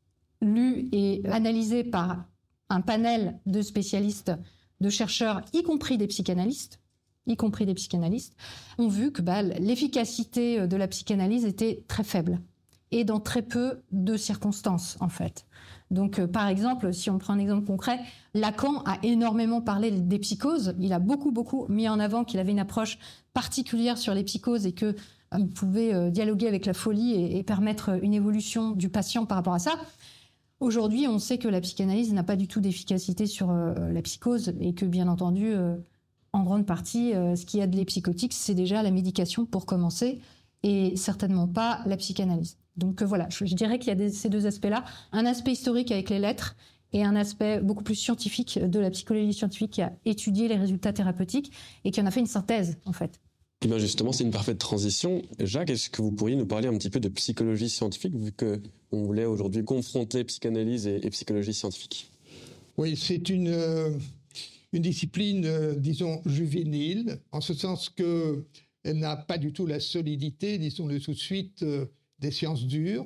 lue et analysée par un panel de spécialistes, de chercheurs, y compris des psychanalystes, y compris des psychanalystes, ont vu que bah, l'efficacité de la psychanalyse était très faible, et dans très peu de circonstances, en fait. Donc, euh, par exemple, si on prend un exemple concret, Lacan a énormément parlé des psychoses. Il a beaucoup, beaucoup mis en avant qu'il avait une approche particulière sur les psychoses et qu'il euh, pouvait euh, dialoguer avec la folie et, et permettre une évolution du patient par rapport à ça. Aujourd'hui, on sait que la psychanalyse n'a pas du tout d'efficacité sur euh, la psychose et que, bien entendu, euh, en grande partie, euh, ce qu'il y a de les psychotiques, c'est déjà la médication pour commencer et certainement pas la psychanalyse. Donc euh, voilà, je, je dirais qu'il y a des, ces deux aspects-là. Un aspect historique avec les lettres et un aspect beaucoup plus scientifique de la psychologie scientifique qui a étudié les résultats thérapeutiques et qui en a fait une synthèse, en fait. Et bien justement, c'est une parfaite transition. Jacques, est-ce que vous pourriez nous parler un petit peu de psychologie scientifique, vu qu'on voulait aujourd'hui confronter psychanalyse et, et psychologie scientifique? Oui, c'est une, euh, une discipline, euh, disons, juvénile, en ce sens qu'elle n'a pas du tout la solidité, disons-le tout de suite, euh, des sciences dures.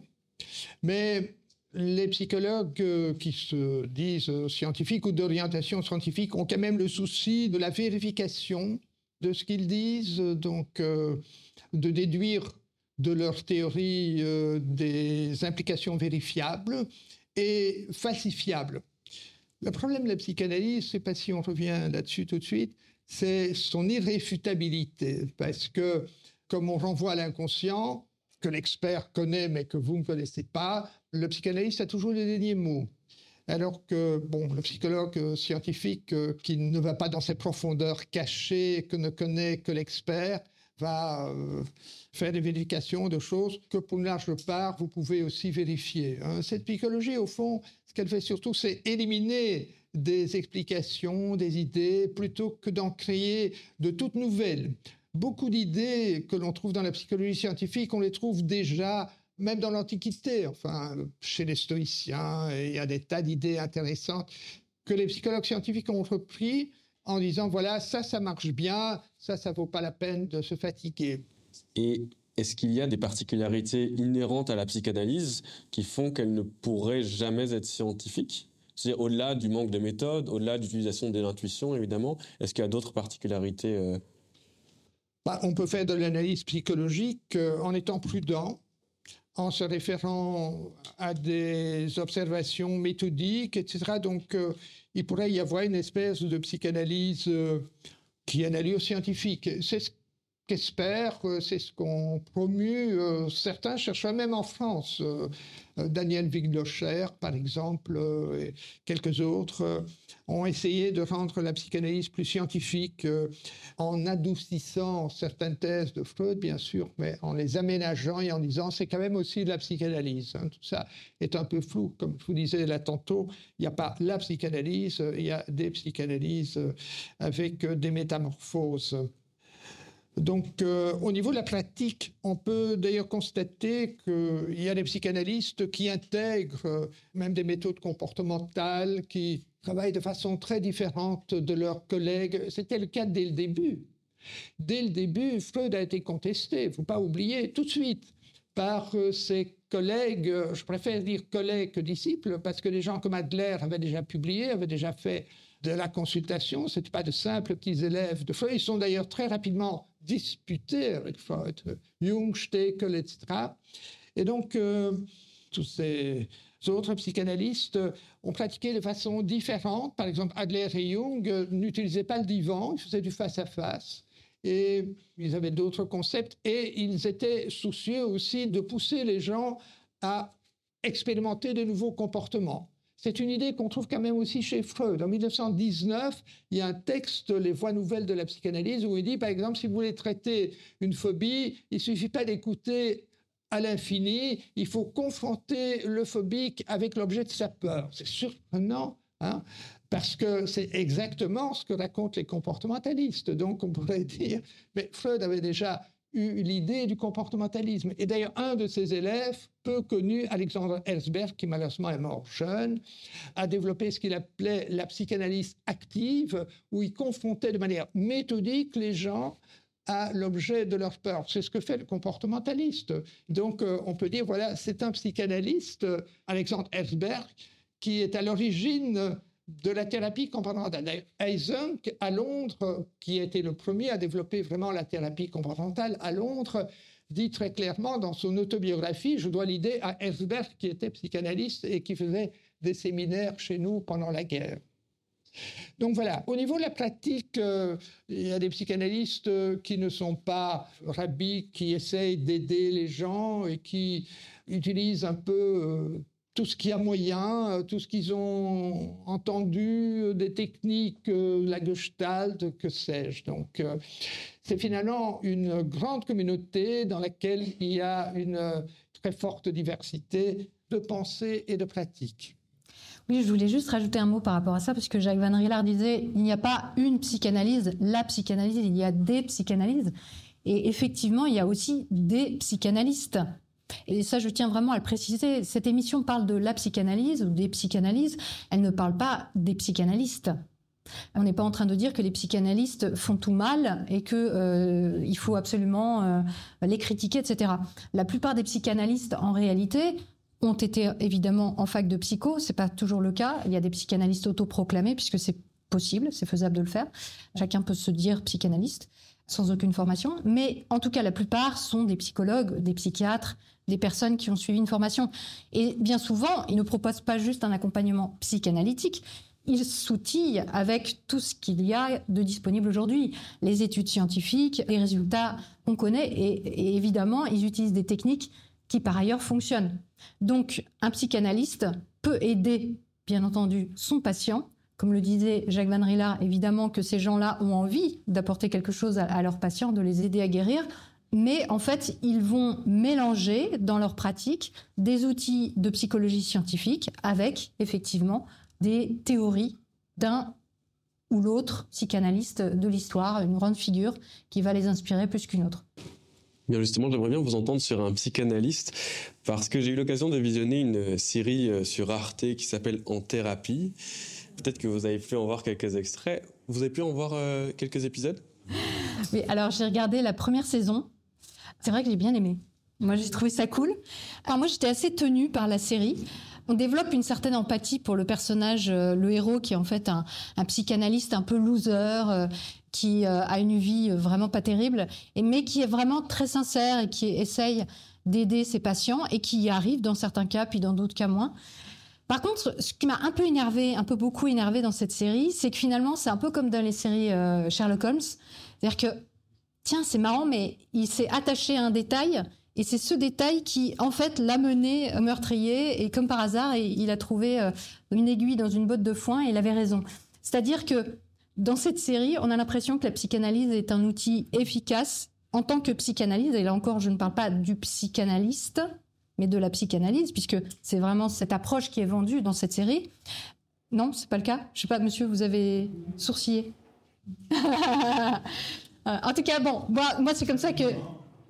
Mais les psychologues euh, qui se disent euh, scientifiques ou d'orientation scientifique ont quand même le souci de la vérification de ce qu'ils disent, donc euh, de déduire de leur théorie euh, des implications vérifiables et falsifiables. Le problème de la psychanalyse, je ne sais pas si on revient là-dessus tout de suite, c'est son irréfutabilité. Parce que, comme on renvoie à l'inconscient, que l'expert connaît mais que vous ne connaissez pas, le psychanalyste a toujours le dernier mot. Alors que, bon, le psychologue euh, scientifique euh, qui ne va pas dans ces profondeurs cachées, que ne connaît que l'expert, va euh, faire des vérifications de choses que pour une large part, vous pouvez aussi vérifier. Hein. Cette psychologie, au fond, ce qu'elle fait surtout, c'est éliminer des explications, des idées, plutôt que d'en créer de toutes nouvelles. Beaucoup d'idées que l'on trouve dans la psychologie scientifique, on les trouve déjà même dans l'Antiquité, enfin, chez les stoïciens, il y a des tas d'idées intéressantes que les psychologues scientifiques ont repris en disant, voilà, ça, ça marche bien, ça, ça vaut pas la peine de se fatiguer. Et est-ce qu'il y a des particularités inhérentes à la psychanalyse qui font qu'elle ne pourrait jamais être scientifique ? C'est-à-dire au-delà du manque de méthode, au-delà de l'utilisation de l'intuition, évidemment, est-ce qu'il y a d'autres particularités euh... bah, On peut faire de l'analyse psychologique euh, en étant prudent, en se référant à des observations méthodiques, et cetera. Donc, euh, il pourrait y avoir une espèce de psychanalyse euh, qui est une allure scientifique. C'est ce qu'espèrent, euh, c'est ce qu'on promue. Euh, certains cherchent même en France. Euh, euh, Daniel Wiglocher, par exemple, euh, et quelques autres, euh, ont essayé de rendre la psychanalyse plus scientifique euh, en adoucissant certaines thèses de Freud, bien sûr, mais en les aménageant et en disant c'est quand même aussi de la psychanalyse. Hein. Tout ça est un peu flou. Comme je vous disais là tantôt, il n'y a pas la psychanalyse, il y a des psychanalyses avec des métamorphoses. Donc, euh, au niveau de la pratique, on peut d'ailleurs constater qu'il y a des psychanalystes qui intègrent euh, même des méthodes comportementales, qui travaillent de façon très différente de leurs collègues. C'était le cas dès le début. Dès le début, Freud a été contesté, il ne faut pas oublier, tout de suite, par euh, ses collègues, euh, je préfère dire collègues que disciples, parce que des gens comme Adler avaient déjà publié, avaient déjà fait de la consultation, ce n'étaient pas de simples petits élèves de Freud. Ils sont d'ailleurs très rapidement disputés avec Freud, Jung, Stekel, et cetera. Et donc, euh, tous ces autres psychanalystes ont pratiqué de façon différente. Par exemple, Adler et Jung n'utilisaient pas le divan, ils faisaient du face-à-face. Et ils avaient d'autres concepts. Et ils étaient soucieux aussi de pousser les gens à expérimenter de nouveaux comportements. C'est une idée qu'on trouve quand même aussi chez Freud. En mille neuf cent dix-neuf, il y a un texte, Les Voies nouvelles de la psychanalyse, où il dit, par exemple, si vous voulez traiter une phobie, il ne suffit pas d'écouter à l'infini, il faut confronter le phobique avec l'objet de sa peur. C'est surprenant, hein, parce que c'est exactement ce que racontent les comportementalistes. Donc on pourrait dire, mais Freud avait déjà eu l'idée du comportementalisme. Et d'ailleurs, un de ses élèves, peu connu, Alexandre Herzberg, qui malheureusement est mort jeune, a développé ce qu'il appelait la psychanalyse active, où il confrontait de manière méthodique les gens à l'objet de leur peur. C'est ce que fait le comportementaliste. Donc, euh, on peut dire, voilà, c'est un psychanalyste, Alexandre Herzberg, qui est à l'origine de la thérapie comportementale. Eysenck, à Londres, qui a été le premier à développer vraiment la thérapie comportementale à Londres, dit très clairement dans son autobiographie, je dois l'idée à Herzberg, qui était psychanalyste et qui faisait des séminaires chez nous pendant la guerre. Donc voilà, au niveau de la pratique, euh, il y a des psychanalystes euh, qui ne sont pas rabbis, qui essayent d'aider les gens et qui utilisent un peu euh, tout ce qu'il y a moyen, tout ce qu'ils ont entendu, des techniques, la Gestalt, que sais-je. Donc, c'est finalement une grande communauté dans laquelle il y a une très forte diversité de pensées et de pratiques. Oui, je voulais juste rajouter un mot par rapport à ça, parce que Jacques Van Rillard disait il n'y a pas une psychanalyse, la psychanalyse, il y a des psychanalystes. Et effectivement, il y a aussi des psychanalystes. Et ça, je tiens vraiment à le préciser. Cette émission parle de la psychanalyse ou des psychanalyses. Elle ne parle pas des psychanalystes. On n'est pas en train de dire que les psychanalystes font tout mal et qu'il euh, faut absolument euh, les critiquer, et cetera. La plupart des psychanalystes, en réalité, ont été évidemment en fac de psycho. C'est pas toujours le cas. Il y a des psychanalystes autoproclamés, puisque c'est possible, c'est faisable de le faire. Chacun peut se dire psychanalyste sans aucune formation. Mais en tout cas, la plupart sont des psychologues, des psychiatres, des personnes qui ont suivi une formation. Et bien souvent, ils ne proposent pas juste un accompagnement psychanalytique, il s'outille avec tout ce qu'il y a de disponible aujourd'hui. Les études scientifiques, les résultats qu'on connaît, et, et évidemment, ils utilisent des techniques qui, par ailleurs, fonctionnent. Donc, un psychanalyste peut aider, bien entendu, son patient. Comme le disait Jacques Van Rillard, évidemment que ces gens-là ont envie d'apporter quelque chose à, à leurs patients, de les aider à guérir. Mais en fait, ils vont mélanger dans leur pratique des outils de psychologie scientifique avec, effectivement, des théories d'un ou l'autre psychanalyste de l'histoire, une grande figure qui va les inspirer plus qu'une autre. Bien justement, j'aimerais bien vous entendre sur un psychanalyste parce que j'ai eu l'occasion de visionner une série sur Arte qui s'appelle En thérapie. Peut-être que vous avez pu en voir quelques extraits. Vous avez pu en voir euh, quelques épisodes ? Oui, alors j'ai regardé la première saison. C'est vrai que j'ai bien aimé. Moi, j'ai trouvé ça cool. Alors moi, j'étais assez tenue par la série. On développe une certaine empathie pour le personnage, euh, le héros, qui est en fait un, un psychanalyste un peu loser, euh, qui euh, a une vie vraiment pas terrible, et, mais qui est vraiment très sincère et qui essaye d'aider ses patients et qui y arrive dans certains cas, puis dans d'autres cas moins. Par contre, ce qui m'a un peu énervé, un peu beaucoup énervé dans cette série, c'est que finalement, c'est un peu comme dans les séries euh, Sherlock Holmes. C'est-à-dire que, tiens, c'est marrant, mais il s'est attaché à un détail. Et c'est ce détail qui, en fait, l'a mené meurtrier. Et comme par hasard, il a trouvé une aiguille dans une botte de foin et il avait raison. C'est-à-dire que dans cette série, on a l'impression que la psychanalyse est un outil efficace en tant que psychanalyse. Et là encore, je ne parle pas du psychanalyste, mais de la psychanalyse, puisque c'est vraiment cette approche qui est vendue dans cette série. Non, c'est pas le cas. Je sais pas, monsieur, vous avez sourcillé. En tout cas, bon, moi, moi c'est comme ça que... Comment ?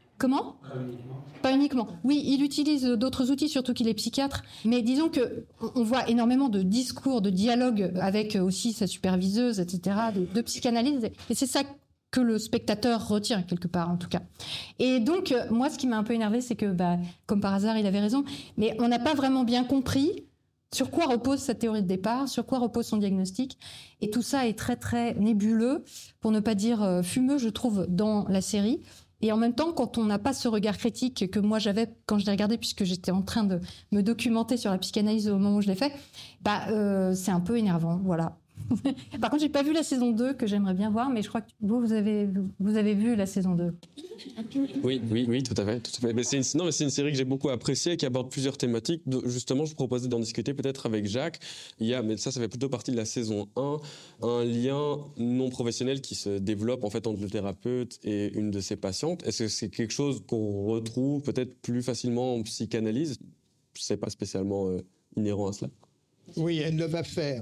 Pas uniquement. Oui, il utilise d'autres outils, surtout qu'il est psychiatre. Mais disons que on voit énormément de discours, de dialogues avec aussi sa superviseuse, et cetera, de, de psychanalyse. Et c'est ça que le spectateur retient, quelque part, en tout cas. Et donc, moi, ce qui m'a un peu énervé, c'est que, bah, comme par hasard, il avait raison. Mais on n'a pas vraiment bien compris sur quoi repose sa théorie de départ, sur quoi repose son diagnostic. Et tout ça est très, très nébuleux, pour ne pas dire euh, fumeux, je trouve, dans la série. Et en même temps, quand on n'a pas ce regard critique que moi j'avais quand je l'ai regardé, puisque j'étais en train de me documenter sur la psychanalyse au moment où je l'ai fait, bah, euh, c'est un peu énervant, voilà. Par contre, j'ai pas vu la saison deux, que j'aimerais bien voir, mais je crois que vous, vous avez, vous avez vu la saison deux. Oui, oui, oui, tout à fait. Tout à fait. Mais c'est une, non, mais c'est une série que j'ai beaucoup appréciée, qui aborde plusieurs thématiques. Justement, je proposais d'en discuter peut-être avec Jacques. Il y a, mais ça, ça fait plutôt partie de la saison un, un lien non professionnel qui se développe en fait entre le thérapeute et une de ses patientes. Est-ce que c'est quelque chose qu'on retrouve peut-être plus facilement en psychanalyse ? C'est pas spécialement euh, inhérent à cela. Oui, elle le va faire.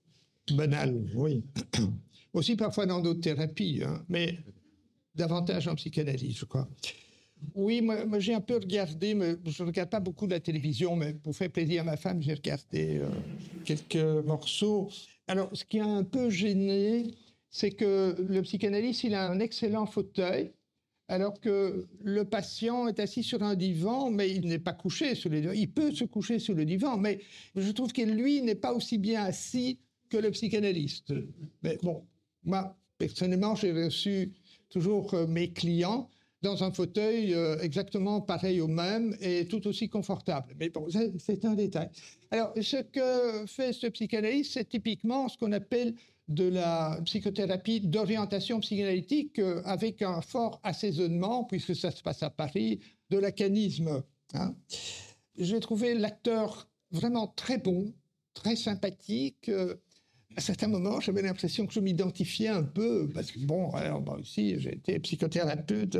Banal, oui. Aussi parfois dans d'autres thérapies, hein, mais davantage en psychanalyse, je crois. Oui, moi, moi j'ai un peu regardé, mais je ne regarde pas beaucoup de la télévision, mais pour faire plaisir à ma femme, j'ai regardé euh, quelques morceaux. Alors, ce qui a un peu gêné, c'est que le psychanalyste, il a un excellent fauteuil, alors que le patient est assis sur un divan, mais il n'est pas couché sur le divan. Il peut se coucher sur le divan, mais je trouve que lui n'est pas aussi bien assis que le psychanalyste. Mais bon, moi, personnellement, j'ai reçu toujours euh, mes clients dans un fauteuil euh, exactement pareil au même et tout aussi confortable. Mais bon, c'est, c'est un détail. Alors, ce que fait ce psychanalyste, c'est typiquement ce qu'on appelle de la psychothérapie d'orientation psychanalytique euh, avec un fort assaisonnement, puisque ça se passe à Paris, de lacanisme. Hein. J'ai trouvé l'acteur vraiment très bon, très sympathique. Euh, À certains moments, j'avais l'impression que je m'identifiais un peu, parce que bon, alors moi aussi, j'ai été psychothérapeute,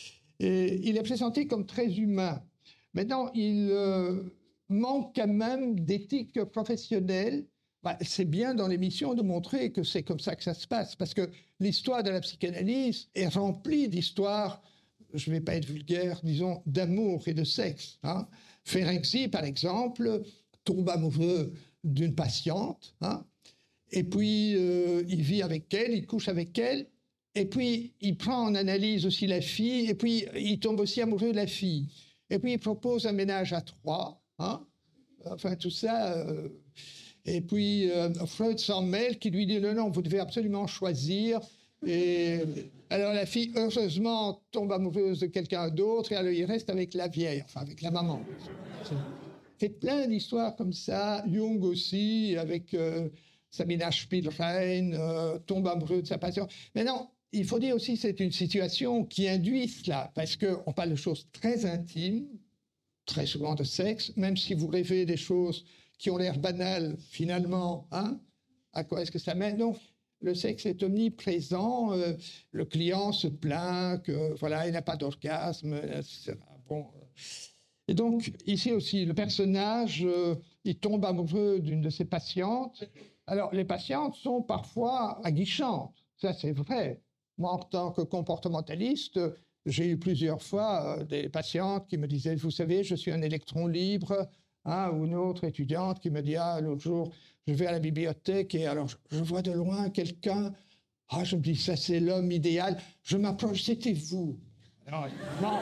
et il est présenté comme très humain. Maintenant, il euh, manque quand même d'éthique professionnelle. Bah, c'est bien dans l'émission de montrer que c'est comme ça que ça se passe, parce que l'histoire de la psychanalyse est remplie d'histoires, je ne vais pas être vulgaire, disons, d'amour et de sexe. Hein. Ferenczi, par exemple, tombe amoureux d'une patiente, hein. Et puis, euh, il vit avec elle, il couche avec elle, et puis il prend en analyse aussi la fille, et puis il tombe aussi amoureux de la fille. Et puis il propose un ménage à trois, hein, enfin tout ça. Euh, et puis euh, Freud s'en mêle, qui lui dit non, non, vous devez absolument choisir. Et alors la fille, heureusement, tombe amoureuse de quelqu'un d'autre, et alors il reste avec la vieille, enfin avec la maman. C'est fait plein d'histoires comme ça, Jung aussi, avec... Euh, Sabina Spielrein euh, tombe amoureux de sa passion. Mais non, il faut dire aussi que c'est une situation qui induit cela, parce qu'on parle de choses très intimes, très souvent de sexe, même si vous rêvez des choses qui ont l'air banales, finalement, hein, à quoi est-ce que ça mène? Donc, le sexe est omniprésent, euh, le client se plaint que, voilà, il n'a pas d'orgasme, et cetera. Bon. Et donc, ici aussi, le personnage, euh, il tombe amoureux d'une de ses patientes. Alors, les patientes sont parfois aguichantes, ça c'est vrai. Moi, en tant que comportementaliste, j'ai eu plusieurs fois euh, des patientes qui me disaient, vous savez, je suis un électron libre, hein, ou une autre étudiante qui me dit, ah, l'autre jour, je vais à la bibliothèque et alors je vois de loin quelqu'un, ah, je me dis, ça c'est l'homme idéal, je m'approche, c'était vous. Alors, non,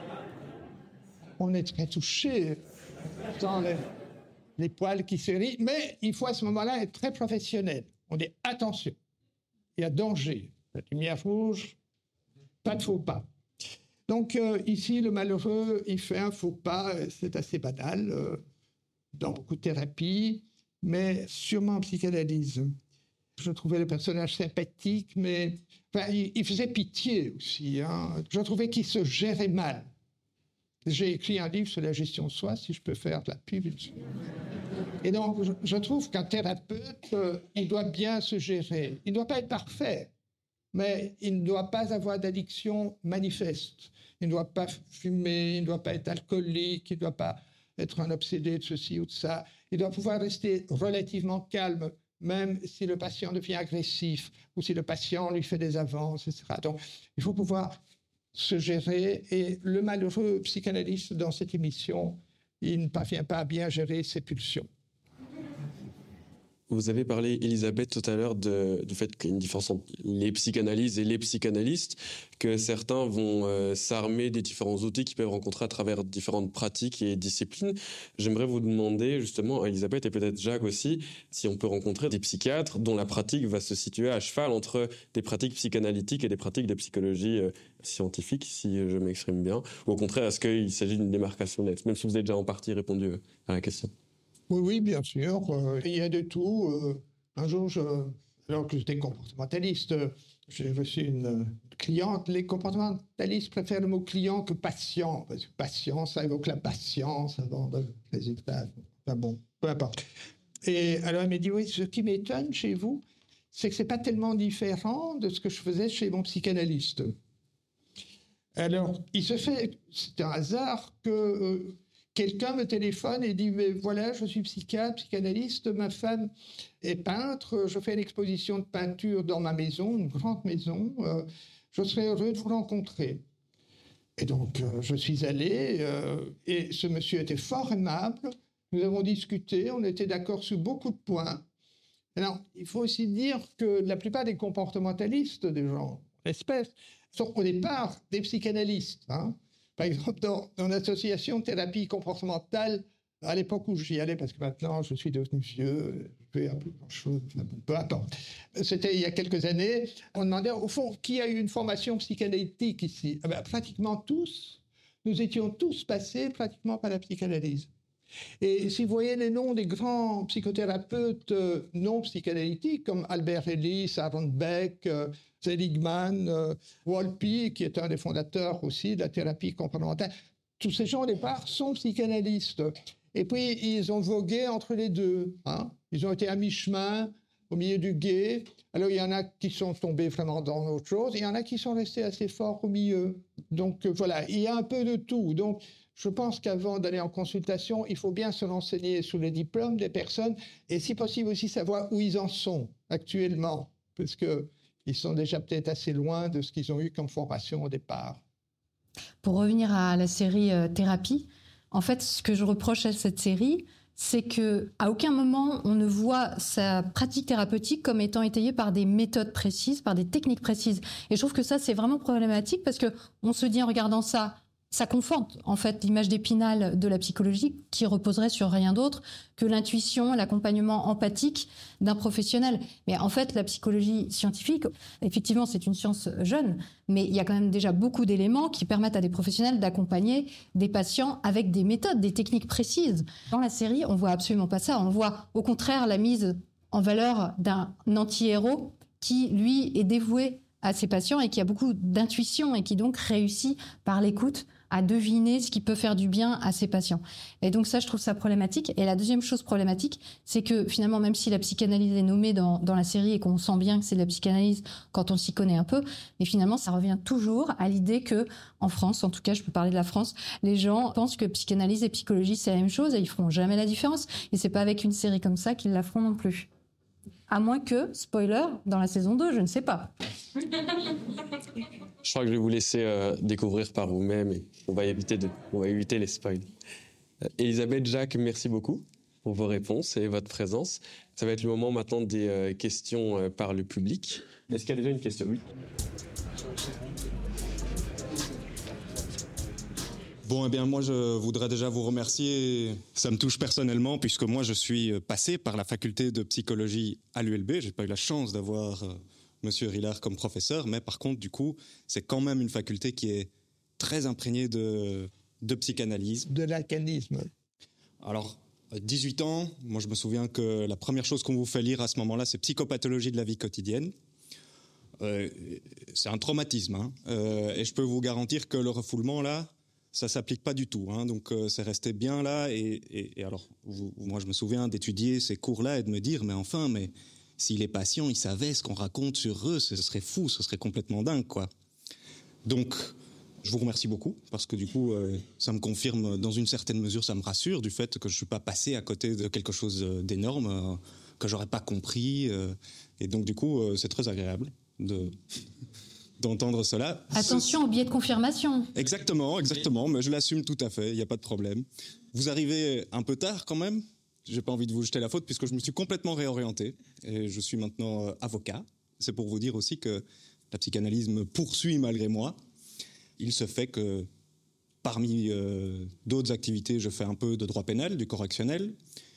on est très touchés dans les, les poils qui s'érissent, mais il faut à ce moment-là être très professionnel. On dit, attention, il y a danger. La lumière rouge, pas de faux pas. Donc euh, ici, le malheureux, il fait un faux pas, c'est assez banal euh, dans beaucoup de thérapies, mais sûrement en psychanalyse. Je trouvais le personnage sympathique, mais enfin, il, il faisait pitié aussi. Hein. Je trouvais qu'il se gérait mal. J'ai écrit un livre sur la gestion de soi, si je peux faire de la pub. Et donc, je, je trouve qu'un thérapeute, euh, il doit bien se gérer. Il ne doit pas être parfait. Mais il ne doit pas avoir d'addiction manifeste. Il ne doit pas fumer, il ne doit pas être alcoolique, il ne doit pas être un obsédé de ceci ou de ça. Il doit pouvoir rester relativement calme, même si le patient devient agressif ou si le patient lui fait des avances, et cetera. Donc, il faut pouvoir se gérer. Et le malheureux psychanalyste dans cette émission, il ne parvient pas à bien gérer ses pulsions. Vous avez parlé, Elisabeth, tout à l'heure de, du fait qu'il y a une différence entre les psychanalyses et les psychanalystes, que certains vont euh, s'armer des différents outils qu'ils peuvent rencontrer à travers différentes pratiques et disciplines. J'aimerais vous demander, justement, Elisabeth et peut-être Jacques aussi, si on peut rencontrer des psychiatres dont la pratique va se situer à cheval entre des pratiques psychanalytiques et des pratiques de psychologie euh, scientifique, si je m'exprime bien, ou au contraire, est-ce qu'il s'agit d'une démarcation nette, même si vous avez déjà en partie répondu à la question. Oui, oui, bien sûr. Euh, il y a de tout. Euh, un jour, je, alors que j'étais comportementaliste, euh, j'ai reçu une euh, cliente. Les comportementalistes préfèrent le mot client que patient, parce que patient, ça évoque la patience avant le résultat. Enfin bon, peu importe. Et alors, elle m'a dit, oui, ce qui m'étonne chez vous, c'est que ce n'est pas tellement différent de ce que je faisais chez mon psychanalyste. Alors, il se fait, c'est un hasard que... Euh, quelqu'un me téléphone et dit, mais voilà, je suis psychiatre, psychanalyste, ma femme est peintre, je fais une exposition de peinture dans ma maison, une grande maison, euh, je serais heureux de vous rencontrer. Et donc, euh, je suis allé, euh, et ce monsieur était fort aimable, nous avons discuté, on était d'accord sur beaucoup de points. Alors, il faut aussi dire que la plupart des comportementalistes, des gens espèces, sont au départ des psychanalystes, hein. Par exemple, dans, dans l'association de thérapie comportementale, à l'époque où j'y allais, parce que maintenant je suis devenu vieux, je fais un peu grand-chose, peu importe. C'était il y a quelques années, on demandait au fond qui a eu une formation psychanalytique ici. Eh bien, pratiquement tous, nous étions tous passés pratiquement par la psychanalyse. Et si vous voyez les noms des grands psychothérapeutes euh, non psychanalytiques, comme Albert Ellis, Aaron Beck, euh, Seligman, euh, Wolpe, qui est un des fondateurs aussi de la thérapie comportementale, tous ces gens au départ sont psychanalystes. Et puis ils ont vogué entre les deux. Hein. Ils ont été à mi-chemin, au milieu du gué. Alors il y en a qui sont tombés vraiment dans autre chose, il y en a qui sont restés assez forts au milieu. Donc euh, voilà, il y a un peu de tout. Donc je pense qu'avant d'aller en consultation, il faut bien se renseigner sur les diplômes des personnes et si possible aussi savoir où ils en sont actuellement, parce qu'ils sont déjà peut-être assez loin de ce qu'ils ont eu comme formation au départ. Pour revenir à la série euh, Thérapie, en fait, ce que je reproche à cette série, c'est qu'à aucun moment on ne voit sa pratique thérapeutique comme étant étayée par des méthodes précises, par des techniques précises. Et je trouve que ça, c'est vraiment problématique parce qu'on se dit en regardant ça, ça conforte en fait l'image d'Épinal de la psychologie qui reposerait sur rien d'autre que l'intuition, l'accompagnement empathique d'un professionnel. Mais en fait, la psychologie scientifique, effectivement, c'est une science jeune, mais il y a quand même déjà beaucoup d'éléments qui permettent à des professionnels d'accompagner des patients avec des méthodes, des techniques précises. Dans la série, on voit absolument pas ça. On voit au contraire la mise en valeur d'un anti-héros qui, lui, est dévoué à ses patients et qui a beaucoup d'intuition et qui donc réussit par l'écoute à deviner ce qui peut faire du bien à ses patients. Et donc ça, je trouve ça problématique. Et la deuxième chose problématique, c'est que finalement, même si la psychanalyse est nommée dans, dans la série et qu'on sent bien que c'est de la psychanalyse quand on s'y connaît un peu, mais finalement, ça revient toujours à l'idée que, en France, en tout cas, je peux parler de la France, les gens pensent que psychanalyse et psychologie, c'est la même chose et ils feront jamais la différence. Et c'est pas avec une série comme ça qu'ils la feront non plus. À moins que, spoiler, dans la saison deux, je ne sais pas. Je crois que je vais vous laisser euh, découvrir par vous-même et on va éviter, de, on va éviter les spoils. Euh, Elisabeth, Jacques, merci beaucoup pour vos réponses et votre présence. Ça va être le moment maintenant des euh, questions euh, par le public. Est-ce qu'il y a déjà une question ? Oui. Bon, eh bien, moi, je voudrais déjà vous remercier. Ça me touche personnellement, puisque moi, je suis passé par la faculté de psychologie à l'U L B. J'ai pas eu la chance d'avoir euh, Monsieur Rillard comme professeur, mais par contre, du coup, c'est quand même une faculté qui est très imprégnée de, de psychanalyse. De lacanisme. Alors, dix-huit ans, moi, je me souviens que la première chose qu'on vous fait lire à ce moment-là, c'est Psychopathologie de la vie quotidienne. Euh, c'est un traumatisme, hein. Euh, et je peux vous garantir que le refoulement, là, ça s'applique pas du tout, hein. Donc euh, c'est resté bien là. Et, et, et alors, vous, moi, je me souviens d'étudier ces cours-là et de me dire, mais enfin, mais si les patients, ils savaient ce qu'on raconte sur eux, ce serait fou, ce serait complètement dingue, quoi. Donc, je vous remercie beaucoup parce que du coup, euh, ça me confirme, dans une certaine mesure, ça me rassure du fait que je suis pas passé à côté de quelque chose d'énorme euh, que j'aurais pas compris. Euh, et donc, du coup, euh, c'est très agréable de d'entendre cela. Attention au biais de confirmation. Exactement, exactement, mais je l'assume tout à fait, il n'y a pas de problème. Vous arrivez un peu tard quand même, j'ai pas envie de vous jeter la faute puisque je me suis complètement réorienté et je suis maintenant euh, avocat. C'est pour vous dire aussi que la psychanalyse me poursuit malgré moi. Il se fait que parmi euh, d'autres activités, je fais un peu de droit pénal, du correctionnel,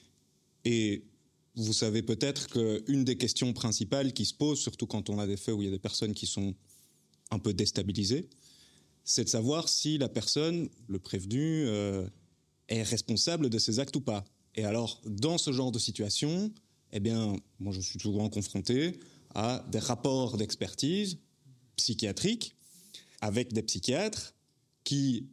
et vous savez peut-être qu'une des questions principales qui se posent, surtout quand on a des faits où il y a des personnes qui sont un peu déstabilisé, c'est de savoir si la personne, le prévenu, euh, est responsable de ses actes ou pas. Et alors, dans ce genre de situation, eh bien, moi je suis souvent confronté à des rapports d'expertise psychiatrique avec des psychiatres qui,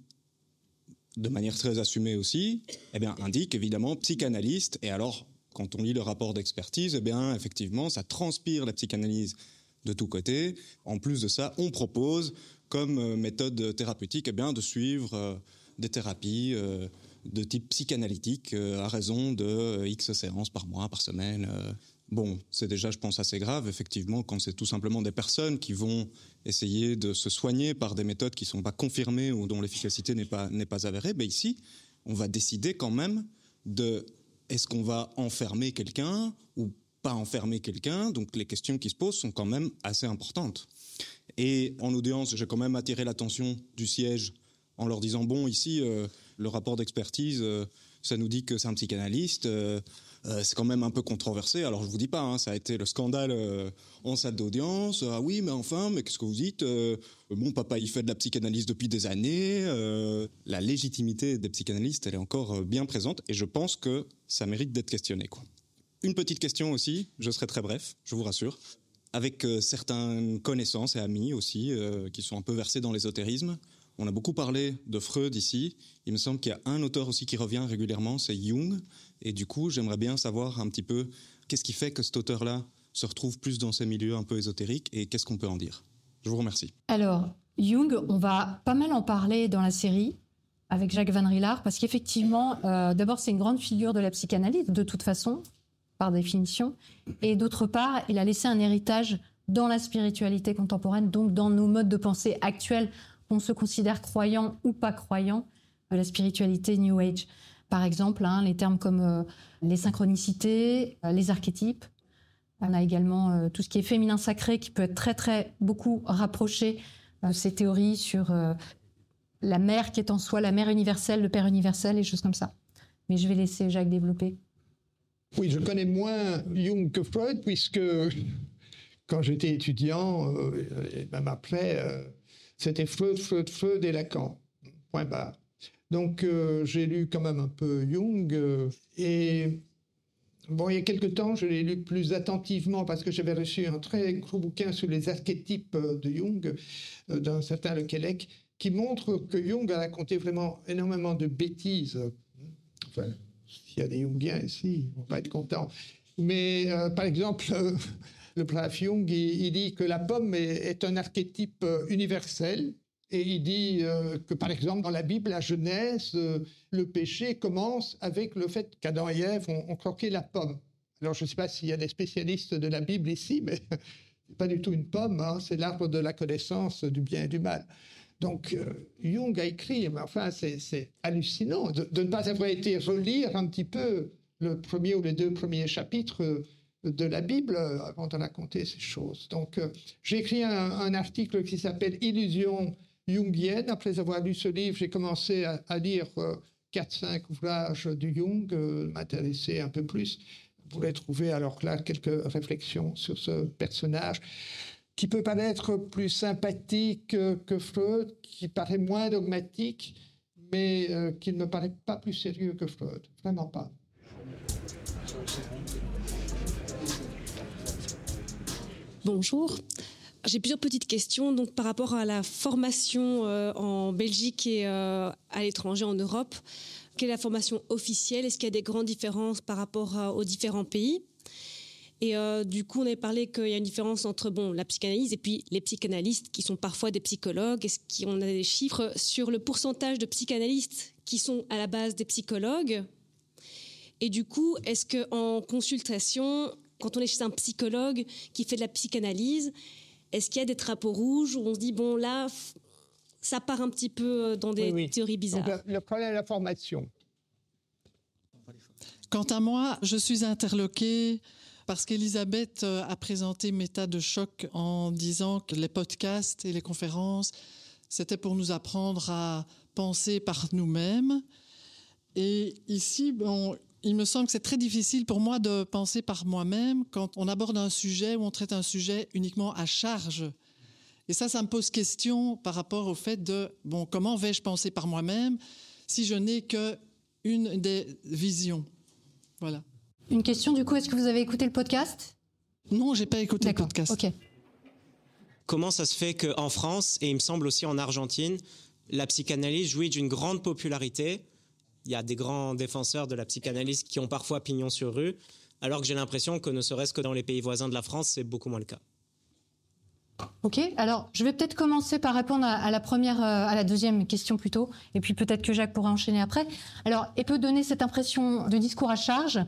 de manière très assumée aussi, eh bien, indiquent évidemment psychanalyste. Et alors, quand on lit le rapport d'expertise, eh bien, effectivement, ça transpire la psychanalyse de tous côtés. En plus de ça, on propose comme méthode thérapeutique eh bien, de suivre euh, des thérapies euh, de type psychanalytique euh, à raison de euh, X séances par mois, par semaine. Euh. Bon, c'est déjà, je pense, assez grave, effectivement, quand c'est tout simplement des personnes qui vont essayer de se soigner par des méthodes qui ne sont pas confirmées ou dont l'efficacité n'est pas, n'est pas avérée. Mais ici, on va décider quand même de est-ce qu'on va enfermer quelqu'un ou pas enfermer quelqu'un, donc les questions qui se posent sont quand même assez importantes. Et en audience, j'ai quand même attiré l'attention du siège en leur disant, bon, ici, euh, le rapport d'expertise, euh, ça nous dit que c'est un psychanalyste, euh, euh, c'est quand même un peu controversé. Alors, je vous dis pas, hein, ça a été le scandale euh, en salle d'audience. Ah oui, mais enfin, mais qu'est-ce que vous dites euh, Mon papa, il fait de la psychanalyse depuis des années. Euh, la légitimité des psychanalystes, elle est encore bien présente, et je pense que ça mérite d'être questionné, quoi. Une petite question aussi, je serai très bref, je vous rassure, avec euh, certaines connaissances et amis aussi euh, qui sont un peu versés dans l'ésotérisme. On a beaucoup parlé de Freud ici. Il me semble qu'il y a un auteur aussi qui revient régulièrement, c'est Jung. Et du coup, j'aimerais bien savoir un petit peu qu'est-ce qui fait que cet auteur-là se retrouve plus dans ces milieux un peu ésotériques et qu'est-ce qu'on peut en dire. Je vous remercie. Alors, Jung, on va pas mal en parler dans la série avec Jacques Van Rillard parce qu'effectivement, euh, d'abord, c'est une grande figure de la psychanalyse, de toute façon, par définition. Et d'autre part, il a laissé un héritage dans la spiritualité contemporaine, donc dans nos modes de pensée actuels, qu'on se considère croyant ou pas croyant, la spiritualité New Age. Par exemple, hein, les termes comme euh, les synchronicités, euh, les archétypes. On a également euh, tout ce qui est féminin sacré qui peut être très, très beaucoup rapproché euh, ces théories sur euh, la mère qui est en soi, la mère universelle, le père universel, et choses comme ça. Mais je vais laisser Jacques développer. Oui, je connais moins Jung que Freud, puisque quand j'étais étudiant, euh, et même après, euh, c'était Freud, Freud, Freud et Lacan. Point barre. Donc, euh, j'ai lu quand même un peu Jung, euh, et Bon, il y a quelque temps, je l'ai lu plus attentivement parce que j'avais reçu un très gros bouquin sur les archétypes de Jung, euh, d'un certain Le Quellec, qui montre que Jung a raconté vraiment énormément de bêtises. Enfin, s'il y a des Jungiens ici, on va être contents. Mais euh, par exemple, euh, le brave Jung, il, il dit que la pomme est, est un archétype universel. Et il dit euh, que, par exemple, dans la Bible, la Genèse, euh, le péché commence avec le fait qu'Adam et Ève ont, ont croqué la pomme. Alors, je ne sais pas s'il y a des spécialistes de la Bible ici, mais ce n'est pas du tout une pomme, hein, c'est l'arbre de la connaissance du bien et du mal. Donc, euh, Jung a écrit, mais enfin, c'est, c'est hallucinant de, de ne pas avoir été relire un petit peu le premier ou les deux premiers chapitres de la Bible avant de raconter ces choses. Donc, euh, j'ai écrit un, un article qui s'appelle « Illusion jungienne ». Après avoir lu ce livre, j'ai commencé à, à lire euh, quatre cinq ouvrages du Jung, euh, m'intéresser un peu plus. Vous pourrez trouver alors là quelques réflexions sur ce personnage qui peut paraître plus sympathique que Freud, qui paraît moins dogmatique, mais euh, qui ne me paraît pas plus sérieux que Freud. Vraiment pas. Bonjour. J'ai plusieurs petites questions donc, par rapport à la formation euh, en Belgique et euh, à l'étranger, en Europe. Quelle est la formation officielle? Est-ce qu'il y a des grandes différences par rapport à, aux différents pays? Et euh, du coup, on avait parlé qu'il y a une différence entre bon, la psychanalyse et puis les psychanalystes qui sont parfois des psychologues. Est-ce qu'on a des chiffres sur le pourcentage de psychanalystes qui sont à la base des psychologues? Et du coup, est-ce qu'en consultation, quand on est chez un psychologue qui fait de la psychanalyse, est-ce qu'il y a des drapeaux rouges où on se dit, bon là, ça part un petit peu dans des oui, oui. théories bizarres? Donc, le problème de la formation. Quant à moi, je suis interloquée parce qu'Elisabeth a présenté Méta de choc en disant que les podcasts et les conférences, c'était pour nous apprendre à penser par nous-mêmes. Et ici, bon, il me semble que c'est très difficile pour moi de penser par moi-même quand on aborde un sujet ou on traite un sujet uniquement à charge. Et ça, ça me pose question par rapport au fait de, bon, comment vais-je penser par moi-même si je n'ai qu'une des visions? Voilà. Une question, du coup, est-ce que vous avez écouté le podcast? Non, j'ai pas écouté D'accord. le podcast. Ok. Comment ça se fait qu'en France, et il me semble aussi en Argentine, la psychanalyse jouit d'une grande popularité? Il y a des grands défenseurs de la psychanalyse qui ont parfois pignon sur rue, alors que j'ai l'impression que ne serait-ce que dans les pays voisins de la France, c'est beaucoup moins le cas. Ok, alors je vais peut-être commencer par répondre à, à la première, euh, à la deuxième question plutôt, et puis peut-être que Jacques pourra enchaîner après. Alors, elle peut donner cette impression de discours à charge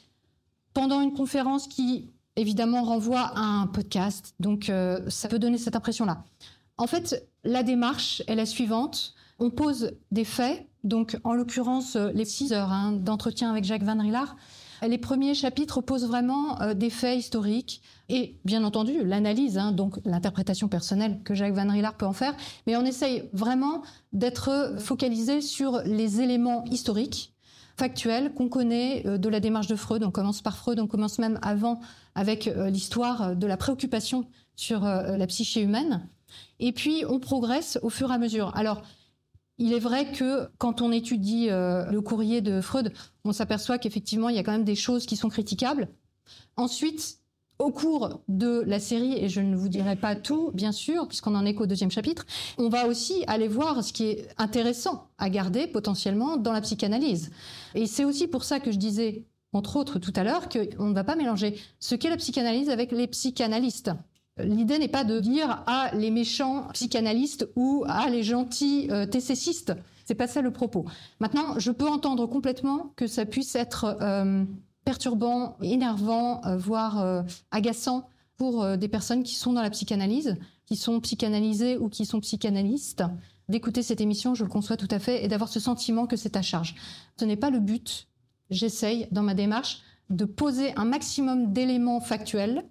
pendant une conférence qui, évidemment, renvoie à un podcast, donc euh, ça peut donner cette impression-là. En fait, la démarche est la suivante. On pose des faits, donc en l'occurrence les six heures hein, d'entretien avec Jacques Van Rillard. Les premiers chapitres posent vraiment euh, des faits historiques et bien entendu l'analyse, hein, donc l'interprétation personnelle que Jacques Van Rillard peut en faire, mais on essaye vraiment d'être focalisé sur les éléments historiques, factuels qu'on connaît euh, de la démarche de Freud. On commence par Freud, on commence même avant avec euh, l'histoire de la préoccupation sur euh, la psyché humaine et puis on progresse au fur et à mesure. Alors, il est vrai que quand on étudie euh, le courrier de Freud, on s'aperçoit qu'effectivement, il y a quand même des choses qui sont critiquables. Ensuite, au cours de la série, et je ne vous dirai pas tout, bien sûr, puisqu'on n'en est qu'au deuxième chapitre, on va aussi aller voir ce qui est intéressant à garder potentiellement dans la psychanalyse. Et c'est aussi pour ça que je disais, entre autres tout à l'heure, qu'on ne va pas mélanger ce qu'est la psychanalyse avec les psychanalystes. L'idée n'est pas de dire « ah, les méchants psychanalystes » ou « ah, les gentils euh, T C cistes ». C'est pas ça le propos. Maintenant, je peux entendre complètement que ça puisse être euh, perturbant, énervant, euh, voire euh, agaçant pour euh, des personnes qui sont dans la psychanalyse, qui sont psychanalysées ou qui sont psychanalystes, d'écouter cette émission, je le conçois tout à fait, et d'avoir ce sentiment que c'est à charge. Ce n'est pas le but. J'essaye, dans ma démarche, de poser un maximum d'éléments factuels